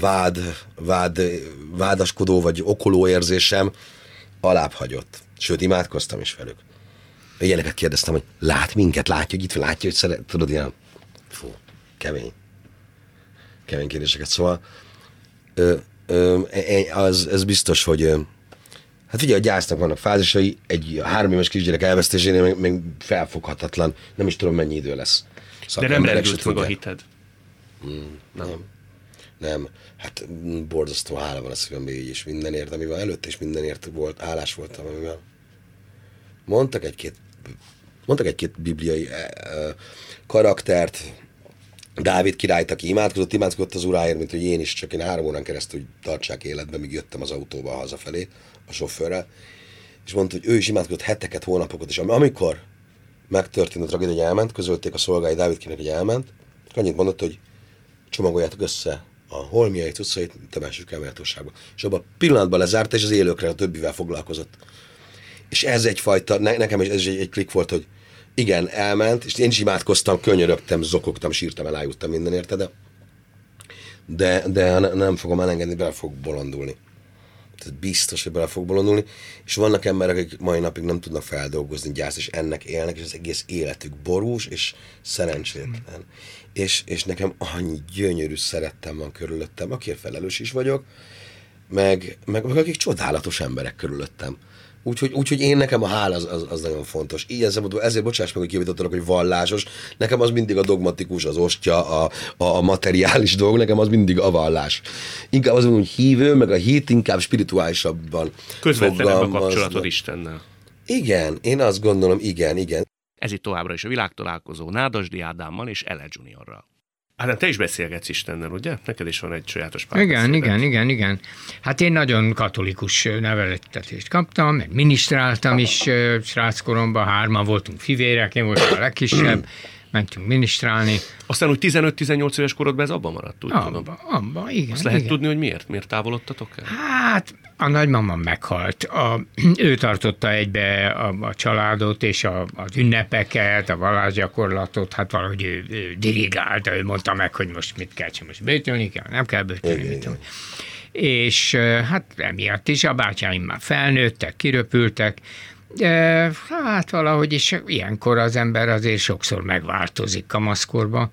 vádaskodó vagy okoló érzésem alább hagyott. Sőt, imádkoztam is velük. Ilyeneket kérdeztem, hogy lát minket, látja, hogy itt látja, hogy szeret, tudod, ilyen, kemény kérdéseket. Szóval Ez biztos, hogy hát figyelj, a gyásznak vannak fázisai, egy 3 éves kisgyerek elvesztésénél még felfoghatatlan, nem is tudom mennyi idő lesz. De nem rendült meg a hited? Nem. Hát borzasztó hála van a szívembe így is mindenért, ami van előtt, és mindenért volt, hálás voltam, amivel mondtak egy-két bibliai karaktert, Dávid királyt, aki imádkozott az uráért, mint hogy én is, csak én 3 órán keresztül tartsák életben, míg jöttem az autóba hazafelé a sofőrrel, és mondta, hogy ő is imádkozott heteket, hónapokat, és amikor megtörtént a tragédia, hogy elment, közölték a szolgái Dávid királynak, hogy elment, annyit mondott, hogy csomagoljátok össze a holmiait, cuccait, temessük el méltóságba. És abban a pillanatban lezárta, és az élőkre a többivel foglalkozott. És ez egyfajta, nekem is ez egy klik volt, hogy igen, elment, és én is imádkoztam, könyörögtem, zokogtam, sírtam, elájultam minden érte, de nem fogom elengedni, bele fog bolondulni. Tehát biztos, hogy bele fog bolondulni, és vannak emberek, akik mai napig nem tudnak feldolgozni gyászt, és ennek élnek, és az egész életük borús, és szerencsétlen. És nekem annyi gyönyörű szerettem van körülöttem, akért felelős is vagyok, meg akik csodálatos emberek körülöttem. Úgyhogy én nekem a hála az nagyon fontos. Így ezért bocsáss meg, hogy kivítottalak, hogy vallásos. Nekem az mindig a dogmatikus, az ostya, a materiális dolog, nekem az mindig a vallás. Inkább az, hogy hívő, meg a hit inkább spirituálisabban. Közvetlenebb a kapcsolatod Istennel. Igen, én azt gondolom, igen. Ez itt továbbra is a világtalálkozó Nádasdy Ádámmal és Ele Juniorral. Hát te is beszélgetsz Istennel, ugye? Neked is van egy sajátos párbeszéded. Igen. Hát én nagyon katolikus neveltetést kaptam, meg minisztráltam is sráckoromban, 3 voltunk fivérek, én voltam a legkisebb, mentünk minisztrálni. Aztán úgy 15-18 éves korodban ez abban maradt, úgy tudom. Abba, igen. Azt lehet tudni, hogy miért? Miért távolodtatok el? Hát a nagymamam meghalt. Ő tartotta egybe a családot és az ünnepeket, a vallásgyakorlatot, hát valahogy ő dirigálta, ő mondta meg, hogy most mit kell, most bőtölni kell, nem kell bőtölni, mit tudom. És hát emiatt is a bátyáim már felnőttek, kiröpültek, hát valahogy is ilyenkor az ember azért sokszor megváltozik kamaszkorban.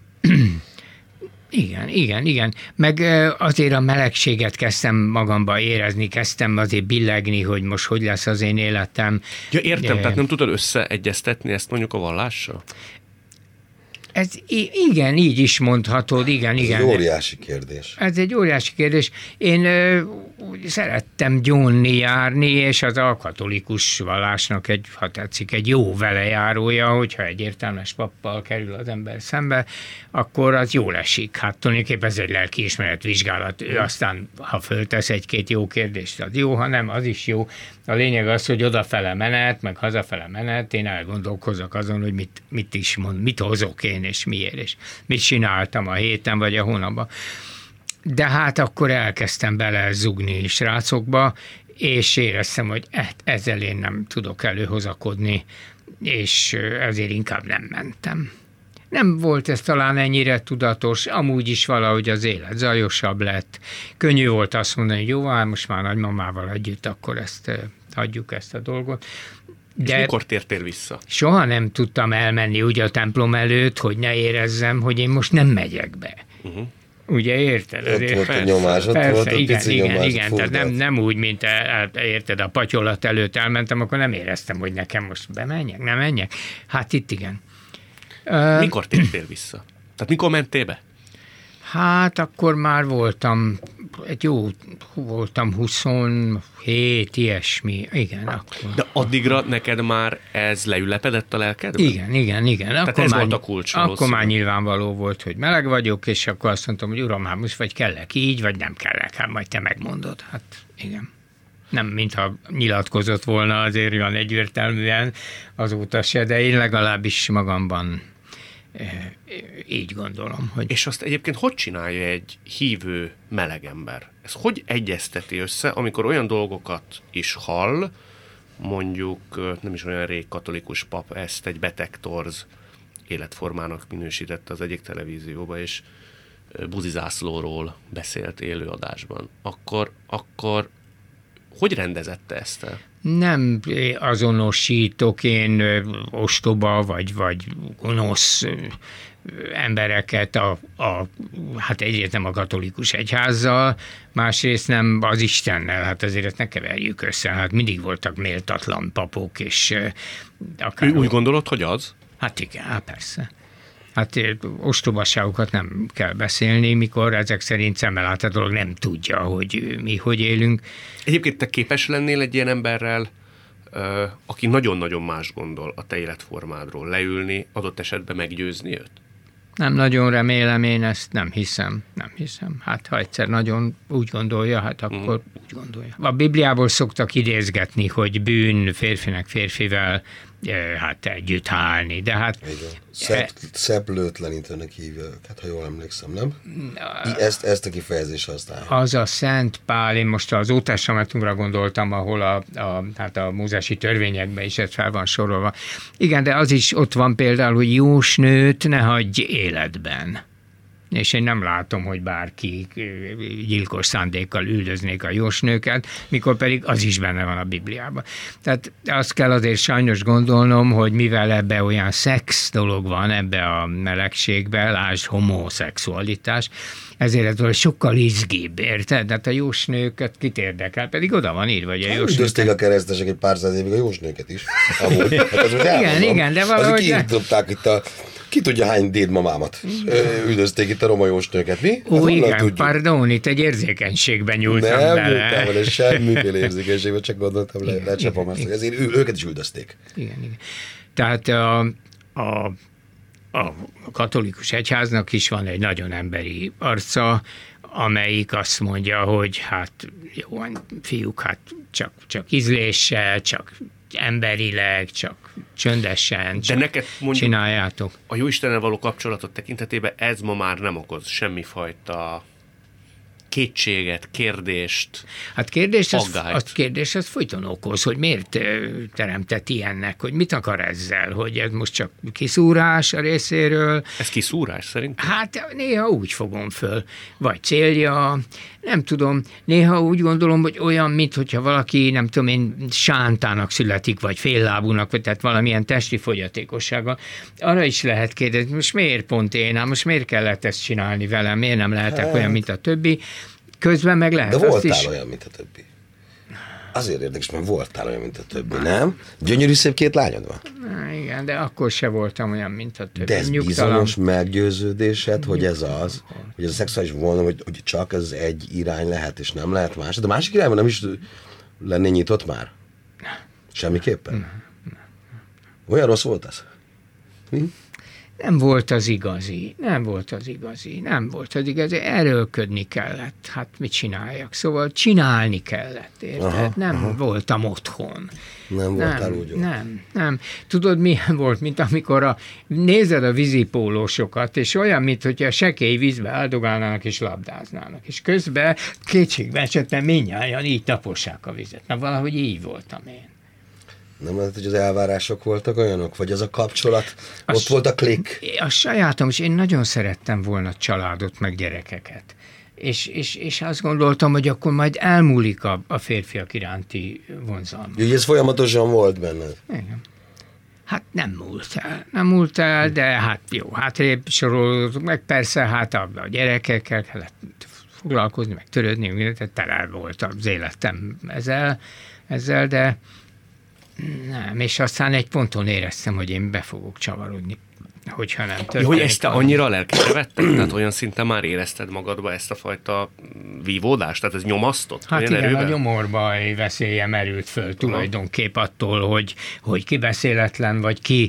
Igen. Meg azért a melegséget kezdtem magamba érezni, kezdtem azért billegni, hogy most hogy lesz az én életem. Ja, értem, tehát nem tudod összeegyeztetni ezt mondjuk a vallással? Ez igen, így is mondhatod, igen. Ez egy óriási kérdés. Ez egy óriási kérdés. Én szerettem gyónni járni, és az a katolikus vallásnak ha tetszik, egy jó velejárója, hogyha egy értelmes pappal kerül az ember szembe, akkor az jól esik. Hát tulajdonképpen ez egy lelkiismeret vizsgálat. Ő aztán, ha föltesz egy-két jó kérdést, az jó, ha nem, az is jó. A lényeg az, hogy odafele menet, meg hazafele menet, én elgondolkozok azon, hogy mit hozok én, és miért, és mit csináltam a héten, vagy a hónapban. De hát akkor elkezdtem belezugni srácokba, és éreztem, hogy ezzel én nem tudok előhozakodni, és ezért inkább nem mentem. Nem volt ez talán ennyire tudatos, amúgy is valahogy az élet zajosabb lett. Könnyű volt azt mondani, hogy jó, most már nagymamával együtt, akkor hagyjuk ezt a dolgot. De és mikor tértél vissza? Soha nem tudtam elmenni úgy a templom előtt, hogy ne érezzem, hogy én most nem megyek be. Uh-huh. Ugye érted? Ott volt a nyomás, ott volt a pici nyomás. Igen, tehát nem úgy, mint érted, a patyolat előtt elmentem, akkor nem éreztem, hogy nekem most bemenjek, nem menjek. Hát itt igen. Mikor tértél vissza? Tehát mikor mentél be? Hát akkor már voltam 27, ilyesmi. Igen, akkor. De addigra neked már ez leülepedett a lelkedben? Igen. Tehát akkor ez volt a kulcs. Akkor már nyilvánvaló volt, hogy meleg vagyok, és akkor azt mondtam, hogy uram, hát most vagy kellek így, vagy nem kellek, hát majd te megmondod. Hát igen. Nem, mintha nyilatkozott volna azért olyan egyértelműen azóta se, de én legalábbis magamban így gondolom. Hogy... És azt egyébként hogy csinálja egy hívő meleg ember? Ez hogy egyezteti össze, amikor olyan dolgokat is hall, mondjuk nem is olyan rég katolikus pap ezt egy beteg torz életformának minősítette az egyik televízióba, és buzizászlóról beszélt élőadásban. Akkor hogy rendezette ezt el? Nem azonosítok én ostoba, vagy gonosz embereket hát egyrészt nem a katolikus egyházzal, másrészt nem az Istennel, hát azért ezt ne keverjük össze, hát mindig voltak méltatlan papok, és akár... Úgy gondolod, hogy az? Hát igen, hát persze. Hát ostobasságokat nem kell beszélni, mikor ezek szerint szemmeláthatólag nem tudja, hogy mi hogy élünk. Egyébként te képes lennél egy ilyen emberrel, aki nagyon-nagyon más gondol a te életformádról, leülni, adott esetben meggyőzni őt? Nem nagyon remélem, én ezt nem hiszem. Hát ha egyszer nagyon úgy gondolja, hát akkor úgy gondolja. A Bibliából szoktak idézgetni, hogy bűn férfinek férfivel hát együtt állni, de hát... Szeplőtlenítőnek hívja őket, ha jól emlékszem, nem? Ezt a kifejezést használja. Az a Szent Pál, én most az Ótestamentumra gondoltam, ahol hát a mózesi törvényekben is ez fel van sorolva. Igen, de az is ott van például, hogy jósnőt ne hagyj életben. És én nem látom, hogy bárki gyilkos szándékkal üldöznék a jósnőket, mikor pedig az is benne van a Bibliában. Tehát azt kell azért sajnos gondolnom, hogy mivel ebbe olyan szex dolog van, ebbe a melegségbe, lásd homoszexualitás, ezért ez sokkal izgibb, érted? Tehát a jósnőket kit érdekel, pedig oda van írva, hogy a jósnőket... Üldözték a keresztesek egy pár száz évig a jósnőket is. Amúgy. Hát igen, de valahogy... Azért kiirtották itt ki tudja hány dédmamámat üldözték itt a roma jósnőket, mi? Ó, igen, pardon, itt egy érzékenységben nyúltam bele. Nem nyúltam bele, semmiféle érzékenységben, csak gondoltam, lecsapom ezt. Ezért őket is üldözték. Igen. Tehát a katolikus egyháznak is van egy nagyon emberi arca, amelyik azt mondja, hogy hát jó, fiúk, hát csak ízléssel, csak emberileg, csak csöndesen, csak neked csináljátok. A Jóistennel való kapcsolatot tekintetében ez ma már nem okoz semmifajta kétséget, kérdést, hát kérdés az folyton okoz, hogy miért teremtett ilyennek, hogy mit akar ezzel, hogy ez most csak kiszúrás a részéről. Ez kiszúrás szerintem? Hát néha úgy fogom föl, vagy célja, nem tudom, néha úgy gondolom, hogy olyan, mintha valaki, nem tudom én, sántának születik, vagy féllábúnak, vagy tehát valamilyen testi fogyatékossága. Arra is lehet kérdezni, most miért pont én, most miért kellett ezt csinálni velem, miért nem lehetek olyan, mint a többi. Közben meg lehet de azt is... voltál olyan, mint a többi. Azért érdekes, mert voltál olyan, mint a többi, nem? Gyönyörű szép két lányod van? Igen, de akkor se voltam olyan, mint a többi. De ez bizonyos meggyőződésed, hogy ez az, hogy ez a szexuális vonal, hogy csak ez egy irány lehet, és nem lehet más. De a másik irányban nem is lenné nyitott már? Semmiképpen? Olyan rossz volt ez? Nem volt az igazi, erőlködni kellett, hát mit csináljak, szóval csinálni kellett, érted? Nem voltam otthon. Nem voltál úgy. Nem. Tudod, milyen volt, mint amikor nézed a vízipólósokat, és olyan, mintha sekély vízbe áldogálnának és labdáznának, és közben kétségbe esetben mindnyájan így tapossák a vizet. Na, valahogy így voltam én. Nem lehet, hogy az elvárások voltak olyanok? Vagy az a kapcsolat? Ott volt a klik? A sajátom, és én nagyon szerettem volna családot, meg gyerekeket. És azt gondoltam, hogy akkor majd elmúlik a férfiak iránti vonzalma. Ugye ez folyamatosan volt benned? Igen. Hát nem múlt el, de hát jó, hátrébb soroltuk, meg persze hát a gyerekekkel kellett foglalkozni, meg törődni, tehát tele volt az életem ezzel, de nem, és aztán egy ponton éreztem, hogy én be fogok csavarodni, hogyha nem történik. Jó, hogy ezt te annyira lelkesre vetted? Tehát olyan szinten már érezted magadba ezt a fajta vívódást? Tehát ez nyomasztott? Hát igen, erőben? a gyomorba veszélye merült föl tulajdonképp attól, hogy ki beszéletlen, vagy ki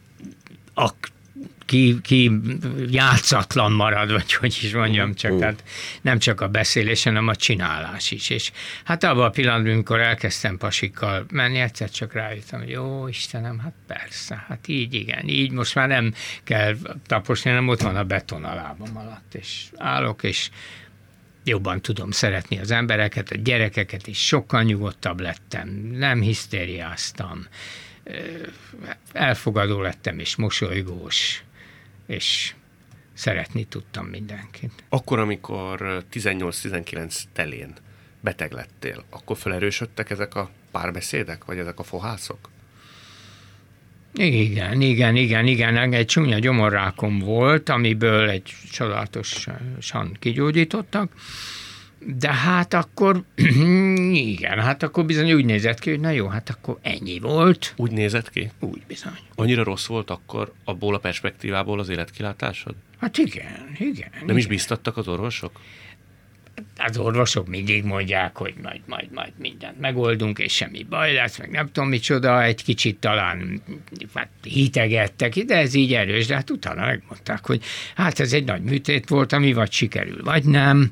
játszatlan marad, vagy hogy is mondjam, csak hát nem csak a beszélés, hanem a csinálás is. És hát abban a pillanatban, amikor elkezdtem pasikkal menni, egyszer csak rájöttem, hogy jó Istenem, hát persze, hát így igen, így most már nem kell taposni, hanem ott van a beton a lábam alatt, és állok, és jobban tudom szeretni az embereket, a gyerekeket is, sokkal nyugodtabb lettem, nem hisztériáztam, elfogadó lettem, és mosolygós, és szeretni tudtam mindenkit. Akkor, amikor 18-19 telén beteg lettél, akkor felerősödtek ezek a párbeszédek, vagy ezek a fohászok? Igen. Egy csúnya gyomorrákom volt, amiből egy csodálatosan kigyógyítottak. De hát akkor, igen, hát akkor bizony úgy nézett ki, hogy na jó, hát akkor ennyi volt. Úgy nézett ki? Úgy bizony. Annyira rossz volt akkor abból a perspektívából az életkilátásod? Hát igen. Nem is bíztattak az orvosok? Az orvosok mindig mondják, hogy majd mindent megoldunk, és semmi baj lesz, meg nem tudom micsoda, egy kicsit talán hát hitegettek, de ez így erős, de hát utána megmondták, hogy hát ez egy nagy műtét volt, ami vagy sikerül, vagy nem.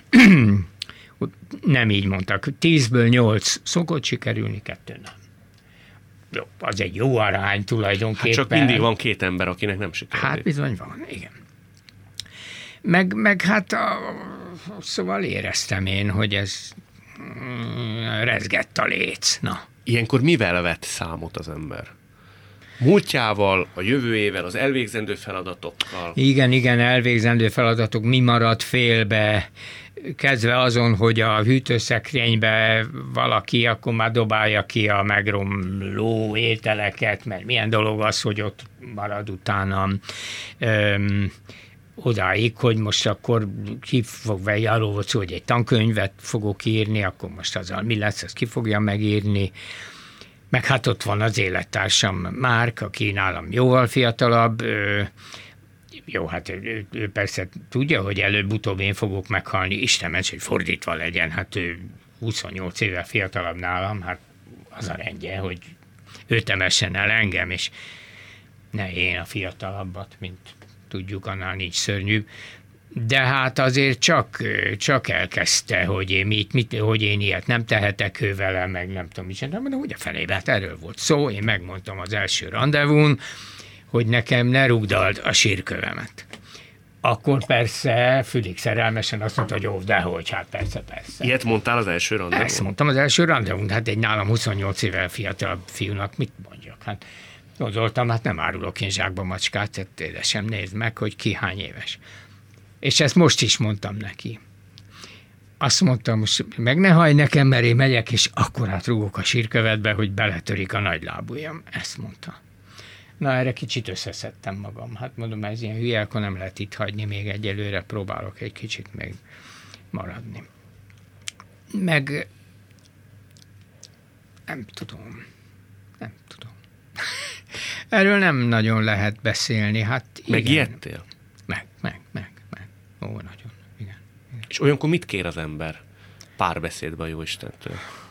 Nem így mondtak. 10-ből 8 szokott sikerülni, 2 nem. Jó, az egy jó arány tulajdonképpen. Hát csak mindig van 2 ember, akinek nem sikerül. Hát bizony van, igen. Meg hát szóval éreztem én, hogy ez rezgett a léc. Na. Ilyenkor mivel vett számot az ember? Múltjával, a jövőjével, az elvégzendő feladatokkal? Igen, elvégzendő feladatok, mi maradt félbe, kezdve azon, hogy a hűtőszekrénybe valaki akkor már dobálja ki a megromló ételeket, mert milyen dolog az, hogy ott marad utána odáig, hogy most akkor ki fog venni, arról volt szó, hogy egy tankönyvet fogok írni, akkor most azzal mi lesz, azt ki fogja megírni. Meg hát ott van az élettársam Márk, aki nálam jóval fiatalabb. Jó, hát ő persze tudja, hogy előbb-utóbb én fogok meghalni, Isten ments, hogy fordítva legyen, hát ő 28 évvel fiatalabb nálam, hát az a rendje, hogy ő temessen el engem, és ne én a fiatalabbat, mint tudjuk, annál nincs szörnyűbb. De hát azért csak elkezdte, hogy én ilyet nem tehetek ő vele, meg nem tudom mit csinálni, de hogy a felébe, hát erről volt szó, én megmondtam az első randevún, hogy nekem ne rugdald a sírkövemet. Akkor persze Fülig szerelmesen azt mondta, hogy jó, dehogy, hát persze. Ilyet mondtál az első randevún? Ezt mondtam az első randevún, hát egy nálam 28 évvel fiatalabb fiúnak mit mondjak, hát gondoltam, hát nem árulok én zsákba macskát, tehát édesem, nézd meg, hogy ki hány éves. És ezt most is mondtam neki. Azt mondtam, most meg ne hajj nekem, mert én megyek, és akkor átrúgok a sírkövetbe, hogy beletörik a nagylábujjam. Ezt mondta. Na, erre kicsit összeszedtem magam. Hát mondom, ez ilyen hülye, akkor nem lehet itt hagyni, még egyelőre próbálok egy kicsit még maradni. Meg nem tudom. Erről nem nagyon lehet beszélni. Hát megijedtél? Meg. Ó, nagyon, igen. És olyankor mit kér az ember párbeszédben a Jóistentől?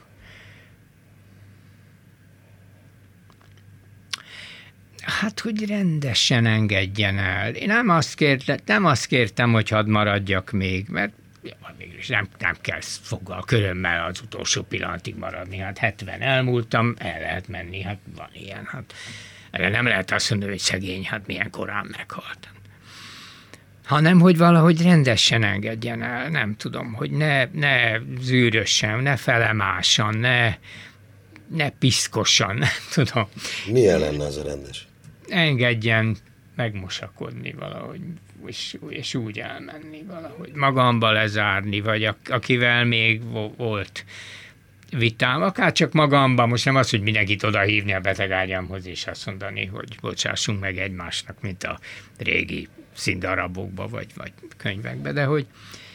Hát, hogy rendesen engedjen el. Én nem azt kértem, hogy hadd maradjak még, mert mégis nem kell foggal körömmel az utolsó pillanatig maradni. Hát 70 elmúltam, el lehet menni, hát van ilyen. Hát erre nem lehet azt mondani, hogy szegény, hát milyen korán meghalt. Hanem, hogy valahogy rendesen engedjen el, nem tudom, hogy ne zűrösen, ne felemásan, ne piszkosan, nem tudom. Milyen lenne az a rendes? Engedjen megmosakodni valahogy, és úgy elmenni valahogy, magamba lezárni, vagy akivel még volt vitám, akár csak magamban, most nem az, hogy mindenkit odahívni a betegágyamhoz, és azt mondani, hogy bocsássunk meg egymásnak, mint a régi színdarabokba, vagy könyvekbe, de hogy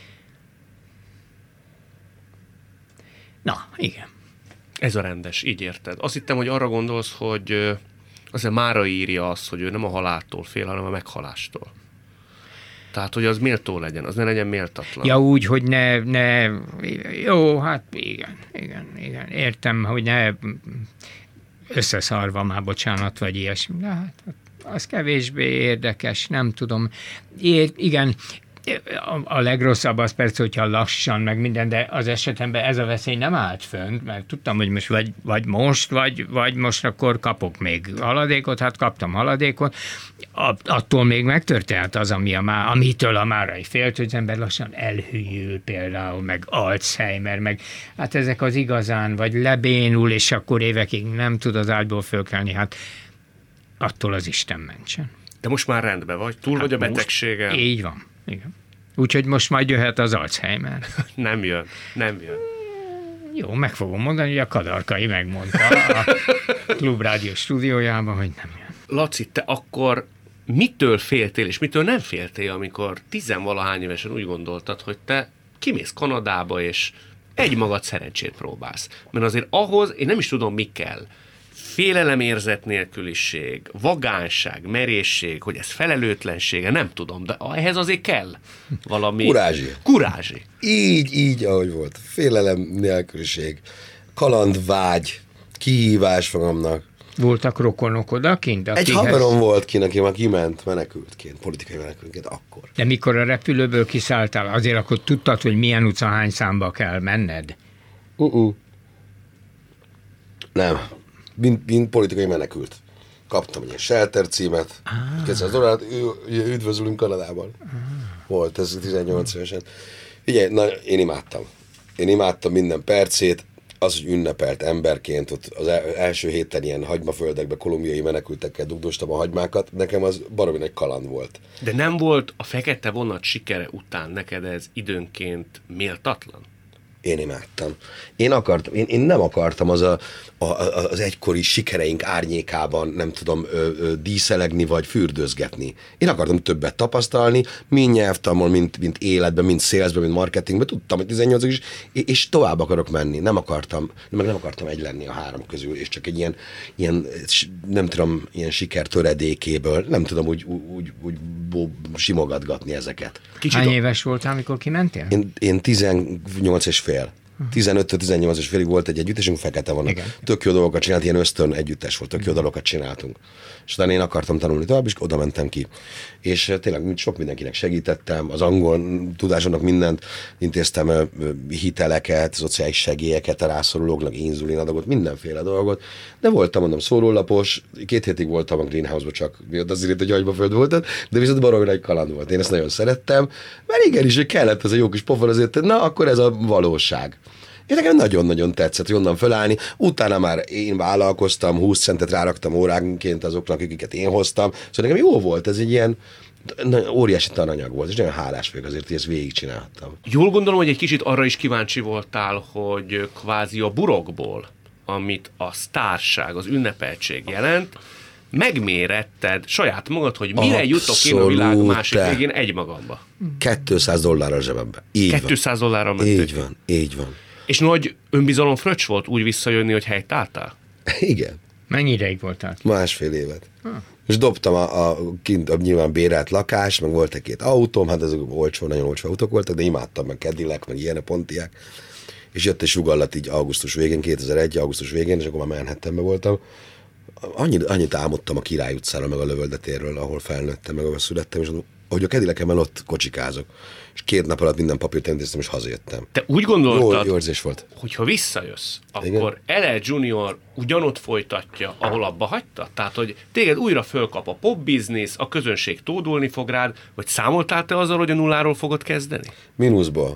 na, igen. Ez a rendes, így érted. Azt hittem, hogy arra gondolsz, hogy azért Mára írja azt, hogy ő nem a haláltól fél, hanem a meghalástól. Tehát, hogy az méltó legyen, az ne legyen méltatlan. Ja, úgy, hogy ne jó, hát igen. Értem, hogy ne összeszarva már, bocsánat, vagy ilyesmi. De hát az kevésbé érdekes, nem tudom. Igen, a legrosszabb az persze, hogyha lassan, meg minden, de az esetemben ez a veszély nem állt fönt, mert tudtam, hogy most vagy most akkor kapok még haladékot, hát kaptam haladékot, attól még megtörtént az, amitől a Márai félt, hogy az ember lassan elhűl például, meg Alzheimer, meg hát ezek az igazán, vagy lebénul, és akkor évekig nem tud az ágyból fölkelni, hát attól az Isten mentsen. De most már rendben vagy, túl vagy a betegséggel. Így van. Igen. Úgyhogy most majd jöhet az Alzheimer. Nem jön. Jó, meg fogom mondani, hogy a Kadarkai megmondta. Klubrádió stúdiójában, hogy nem jön. Laci, te akkor mitől féltél, és mitől nem féltél, amikor 10-valahány évesen úgy gondoltad, hogy te kimész Kanadába, és egymagad szerencsét próbálsz? Mert azért ahhoz, én nem is tudom, mi kell. Félelemérzet nélküliség, vagánság, merészség, hogy ez felelőtlensége, nem tudom, de ehhez azért kell valami... Kurázsi. Így, ahogy volt. Félelem nélküliség, kalandvágy, kihívás magamnak. Voltak rokonok odakint? Egy haverom volt ki, aki már kiment menekültként, politikai menekültként akkor. De mikor a repülőből kiszálltál, azért akkor tudtad, hogy milyen utca hány számba kell menned? Nem. Mint politikai menekült. Kaptam egy ilyen shelter címet, $200, üdvözlünk Kanadában. Volt ez 18 évesen. Ugye, én imádtam. Én imádtam minden percét, az, hogy ünnepelt emberként, ott az első héten ilyen hagymaföldekben kolumbiai menekültekkel dugdostam a hagymákat, nekem az baromi nagy kaland volt. De nem volt a fekete vonat sikere után neked ez időnként méltatlan? Én imádtam. Én nem akartam az egykori sikereink árnyékában, nem tudom, díszelegni vagy fürdőzgetni. Én akartam többet tapasztalni, mind nyelvtanul, mint életben, mind salesben, mind marketingben. Tudtam, hogy 18 is, és tovább akarok menni. Nem akartam egy lenni a három közül, és csak egy ilyen nem tudom, ilyen siker töredékéből, nem tudom úgy simogatgatni ezeket. Hány éves voltál, amikor kimentél? Én 18 és fél. 15-18 és félig volt egy együttesünk, fekete van. Tök jó dolgokat csinált, ilyen ösztön együttes volt, tök jó dolgokat csináltunk. És utána én akartam tanulni tovább, és oda mentem ki. És tényleg sok mindenkinek segítettem, az angol tudásomnak mindent, intéztem hiteleket, szociális segélyeket a rászorulóknak, inzulinadagot, mindenféle dolgot. De voltam, mondom, szórólapos, 2 hétig voltam a greenhouse-ba, csak miatt azért, hogy agybaföld voltam, de viszont baromi nagy kaland volt. Én ezt nagyon szerettem, mert igenis, hogy kellett ez a jó kis pofon azért, na akkor ez a valóság. És nekem nagyon-nagyon tetszett, hogy onnan fölállni. Utána már én vállalkoztam, 20 centet ráraktam óránként azoknak, akiket én hoztam. Szóval nekem jó volt, ez egy ilyen óriási tananyag volt, és nagyon hálás vagyok azért, hogy ezt végigcsináltam. Jól gondolom, hogy egy kicsit arra is kíváncsi voltál, hogy kvázi a burokból, amit a sztárság, az ünnepeltség jelent, megméretted saját magad, hogy mire jutok én a világ másik végén egymagamba. $200 a zsebembe. $200 mentél. Így van. És nagy önbizalom fröccs volt úgy visszajönni, hogy helytálltál? Igen. Mennyi ideig voltál? 1,5 évet. És dobtam a nyilván bérelt lakás, meg volt egy 2 autóm, hát ezek nagyon olcsó autók voltak, de imádtam, meg Cadillac, meg ilyenek, Pontiac. És jött egy sugallat így augusztus végén, 2001. augusztus végén, és akkor már Manhattanben voltam. Annyit álmodtam a Király utcára, meg a Lövöldetérről, ahol felnőttem, meg ahol születtem, és ahogy a Cadillacemben ott kocsikázok. És 2 nap alatt minden papírt intéztem, és hazajöttem. Te úgy gondoltad, jó érzés volt, hogyha visszajössz, akkor LL Junior ugyanott folytatja, ahol abba hagyta? Tehát, hogy téged újra fölkap a pop business, a közönség tódulni fog rád, vagy számoltál te azzal, hogy a nulláról fogod kezdeni? Mínuszból.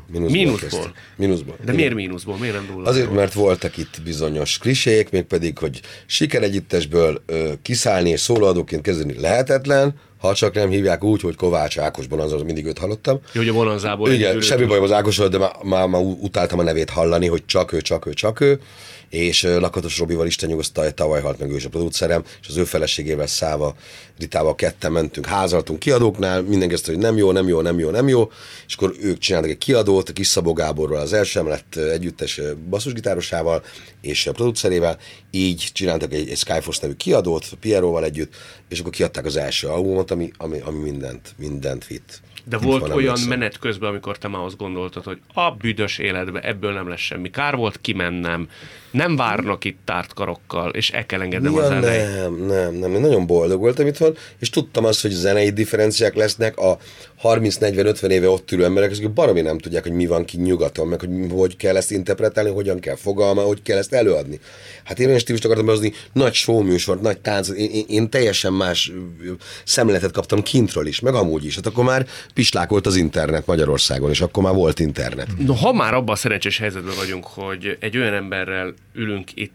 De miért mínuszból? Miért nem nulláról? Azért, mert voltak itt bizonyos klisék, mégpedig, hogy sikeregyüttesből kiszállni és szólóadóként kezdeni lehetetlen, ha csak nem hívják úgy, hogy Kovács Ákos Bonanza, mindig őt hallottam. Jó, hogy a Bonanzából. Igen, semmi bajom az Ákosról, de már utáltam a nevét hallani, hogy csak ő. És Lakatos Robival, Isten nyugosztalja, tavaly halt meg ő is a producerem, és az ő feleségével, Száva Ritával ketten mentünk, házaltunk kiadóknál, mindenki azt, hogy nem jó, és akkor ők csináltak egy kiadót, a Kis Szabó Gáborral, az első lett együttes basszusgitárosával és a producerével, így csináltak egy Skyforce nevű kiadót, Pierróval együtt, és akkor kiadták az első albumot, ami mindent vitt. De volt olyan menet közben, amikor te már azt gondoltad, hogy a büdös életbe ebből nem lesz semmi. Kár volt kimennem, nem várnak itt tárt karokkal, és el kell engednem a zenei. Nem. Én nagyon boldog voltam itthon, és tudtam azt, hogy zenei differenciák lesznek a 30-40-50 éve ott ülő emberek, akik baromi nem tudják, hogy mi van ki nyugaton, meg hogy kell ezt interpretálni, hogyan kell fogalma, hogy kell ezt előadni. Hát én olyan stílust akartam behozni, nagy showműsort, nagy tánc, én teljesen más szemléletet kaptam kintről is, meg amúgy is. Hát akkor már pislákolt az internet Magyarországon, és akkor már volt internet. No, ha már abban a szerencsés helyzetben vagyunk, hogy egy olyan emberrel ülünk itt, aki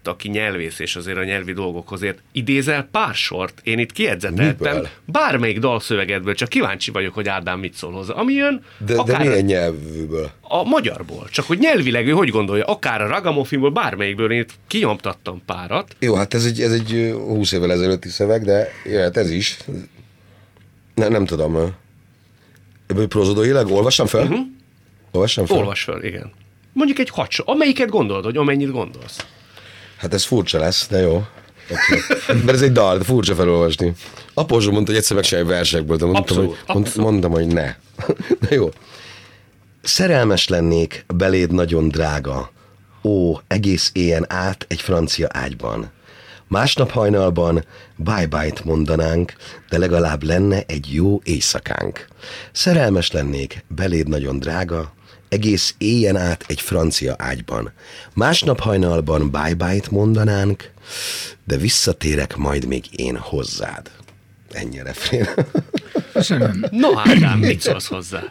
nyelvész, és azért a nyelvi dolgokhoz idézel pár sort. Én itt kiedzeteltem Miből? bármelyik dalszövegedből, csak kíváncsi vagyok, hogy Ádám mit szól hozzá. Ami jön, De milyen nyelvűből? a magyarból. Csak hogy nyelvileg ő hogy gondolja, akár a Ragamufinból, bármelyikből én itt kinyomtattam párat. Jó, hát ez egy 20 évvel ezelőtti szöveg, de jöhet ez is. Nem tudom. Ebből prózodóilag olvassam fel? Olvassam fel? Olvas fel, igen. Mondjuk egy hadsor, amelyiket gondolod, hogy amennyit gondolsz. Hát ez furcsa lesz, de jó. Okay. Mert ez egy dal, de furcsa felolvasni. Apózsó mondta, hogy egyszer megcsinálj versekből, de mondtam, hogy ne. De jó. Szerelmes lennék, beléd nagyon drága. Ó, egész éjjel át egy francia ágyban. Másnap hajnalban bye-bye-t mondanánk, de legalább lenne egy jó éjszakánk. Szerelmes lennék, beléd nagyon drága, egész éjjel át egy francia ágyban. Másnap hajnalban bye-bye-t mondanánk, de visszatérek majd még én hozzád. Ennyi a refrén. Köszönöm. No, Ádám, mit szólsz hozzá?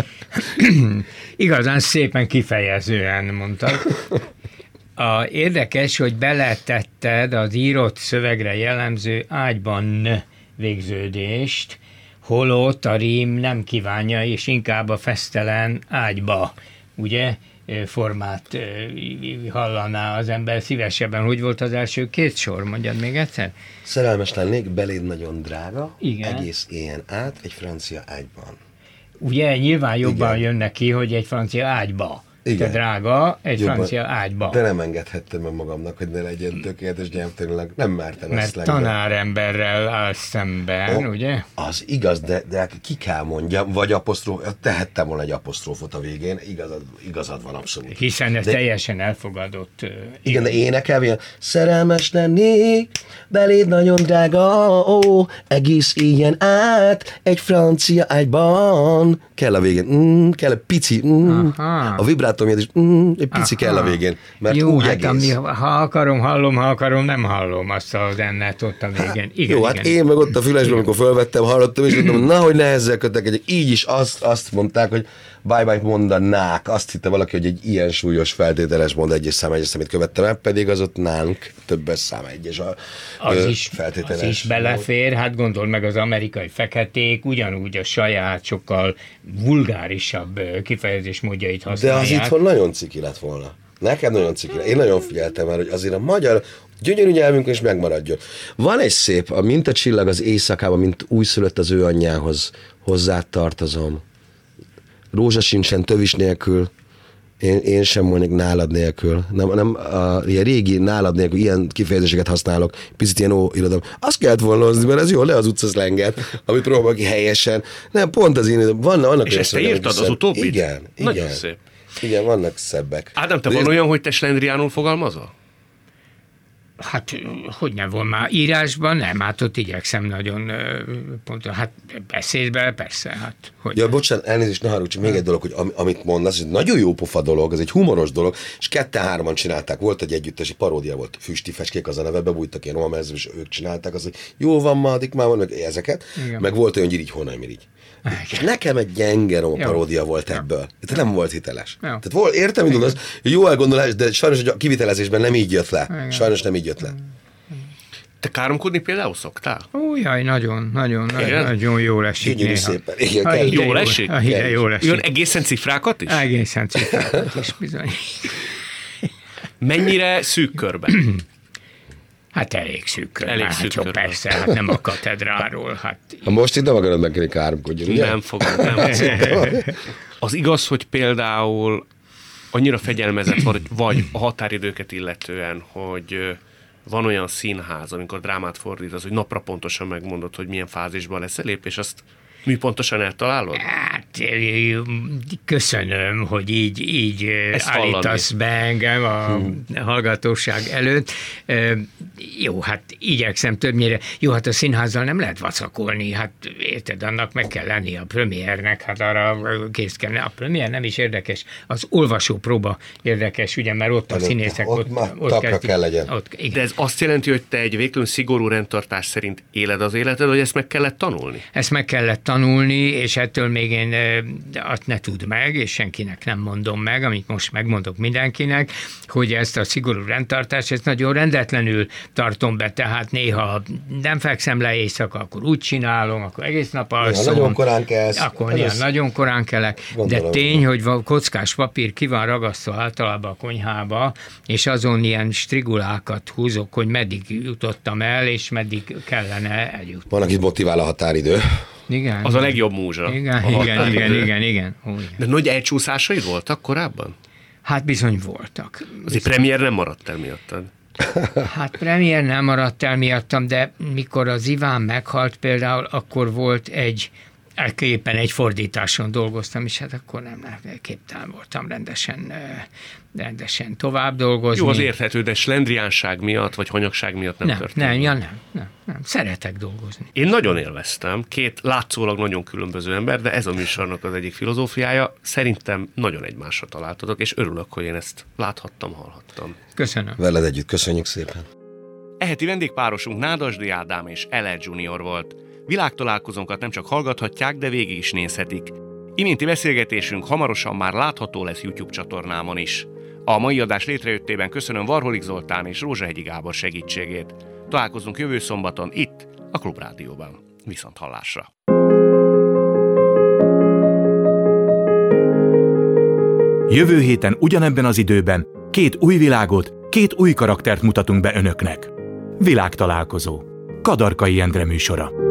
Igazán szépen kifejezően mondtad. Érdekes, hogy beletetted az írott szövegre jellemző ágyban végződést, holott a rím nem kívánja, és inkább a fesztelen ágyba, ugye, formát hallaná az ember szívesebben. Hogy volt az első két sor? Mondjad még egyszer? Szerelmes lennék, beléd nagyon drága, igen. Egész éjjel át egy francia ágyban. Ugye nyilván jobban igen. jön neki, hogy egy francia ágyba. Igen. Te drága, egy jobban, francia ágyba. De nem engedhettem meg magamnak, hogy ne legyen tökéletes nyelvtanilag. Nem mertem ezt Mert lenni. tanáremberrel áll szemben, ugye? Az igaz, de ki kell mondjam, vagy tehettem volna egy aposztrófot a végén, igazad van abszolút. Hiszen ez teljesen elfogadott. Igen, de énekelve ilyen, szerelmes lennék, beléd nagyon drága, ó, egész éjjel át egy francia ágyban. Kell a végén, kell egy pici, a vibrátor miatt is, egy pici kell a végén, mert jó, úgy hát egész. ha akarom, hallom, ha akarom, nem hallom azt a zennet ott a végén. Igen, jó, hát én meg ott a fülesben, amikor fölvettem, hallottam, és mondtam, na, hogy nehezzel kötekedjek. Így is azt mondták, hogy bye-bye mondanák. Azt hitte valaki, hogy egy ilyen súlyos feltételes mond egyes szám, amit követtem el, pedig az ott nálunk többes szám egyes feltételes. Az is belefér, hát gondold meg az amerikai feketék, ugyanúgy a saját, sokkal vulgárisabb kifejezésmódjait használják. De az itthon nagyon ciki lett volna. Nekem nagyon ciki lett. Én nagyon figyeltem már, hogy azért a magyar gyönyörű nyelvünk is megmaradjon. Van egy szép, a mint a csillag az éjszakában, mint újszülött az ő anyjához, hozzád tartozom. Rózsasincsen tövis nélkül, én sem mondjuk nálad nélkül. Nem ilyen régi nálad nélkül, ilyen kifejezéseket használok, picit ilyen irodalom. Azt kellett volna hozni, mert ez jó, le az utca szlenget, amit próbál ki helyesen. Nem, pont az én, vannak. És ezt te írtad az utóbbit? Igen. Nagyon szép. Igen, vannak szebbek. Ádám, te van olyan, hogy te slendriánul fogalmazol? Hát, hogy nem van már írásban, nem, hát ott igyekszem nagyon pontosan, hát beszédben persze, hát hogy. Ja, bocsánat, elnézést, ne haragudj, csak még egy dolog, hogy amit mondasz, ez egy nagyon jó pofa dolog, ez egy humoros dolog, és 2-3-an csinálták, volt egy együttes, egy paródia volt, Füstifecskék az a neve, bebújtak ilyen romamező, és ők csinálták, az, hogy jó van ma, addig már van, meg ezeket, igen. Meg volt olyan, hogy irigy, honnan irigy. És nekem egy gyenge roma paródia volt ebből. Tehát nem volt hiteles. Jó. Tehát volt, értem, hogy az jó elgondolás, de sajnos hogy a kivitelezésben nem így jött le. Igen. Sajnos nem így jött le. Te káromkodni például szoktál? Ó, jaj, nagyon jól esik. Gyönyörű szépen. Igen, jól esik? Jól esik. Jön egészen cifrákat is? Egészen cifrákat is, bizony. Mennyire szűk körben? Hát elég szűk körben. Persze, hát nem a katedráról. Hát... Ha most itt nem akarod megkérni káromkodjon, ugye? Nem fogom, nem. Az igaz, hogy például annyira fegyelmezett vagy a határidőket illetően, hogy van olyan színház, amikor drámát fordítasz, hogy napra pontosan megmondod, hogy milyen fázisban lesz a lépés, azt műpontosan eltalálod? Hát, köszönöm, hogy így állítasz be engem a hallgatóság előtt. Jó, hát igyekszem többnyire. Jó, hát a színházzal nem lehet vacakolni, hát érted, annak meg kell lenni a premiernek, hát arra kész kell. A premier nem is érdekes, az olvasópróba érdekes, ugye, mert ott a színészek ott kell legyen. De ez azt jelenti, hogy te egy végtelenül szigorú rendtartás szerint éled az életed, vagy ezt meg kellett tanulni? Ezt meg kellett tanulni. tanulni, és ettől még én azt ne tudd meg, és senkinek nem mondom meg, amit most megmondok mindenkinek, hogy ezt a szigorú rendtartást, ezt nagyon rendetlenül tartom be, tehát néha nem fekszem le éjszaka, akkor úgy csinálom, akkor egész nap alszom. Nagyon korán kelsz. Akkor nagyon korán kelek, de tény, hogy kockás papír ki van ragasztva általában a konyhába, és azon ilyen strigulákat húzok, hogy meddig jutottam el, és meddig kellene eljutni. Van, akit motivál a határidő. Igen. Az a legjobb múzsa. Igen. De nagy elcsúszásaid voltak korábban? Hát bizony voltak. Azért premier nem maradt el miattad. Hát premier nem maradt el miattam, de mikor az Iván meghalt például, akkor volt éppen egy fordításon dolgoztam, és hát akkor nem képtelen voltam rendesen tovább dolgozni. Jó, az érthető, de slendriánság miatt, vagy hanyagság miatt nem történt. Nem. Szeretek dolgozni. Én nagyon élveztem, két látszólag nagyon különböző ember, de ez a műsornak az egyik filozófiája. Szerintem nagyon egymásra találtatok, és örülök, hogy én ezt láthattam, hallhattam. Köszönöm. Veled együtt, köszönjük szépen. Eheti vendégpárosunk Nádasdy Ádám és Eller Junior volt. Világtalálkozónkat nem csak hallgathatják, de végig is nézhetik. Iménti beszélgetésünk hamarosan már látható lesz YouTube csatornámon is. A mai adás létrejöttében köszönöm Varholik Zoltán és Rózsahegyi Gábor segítségét. Találkozunk jövő szombaton itt, a Klubrádióban. Viszonthallásra! Jövő héten ugyanebben az időben 2 új világot, 2 új karaktert mutatunk be önöknek. Világtalálkozó. Kadarkai Endre műsora.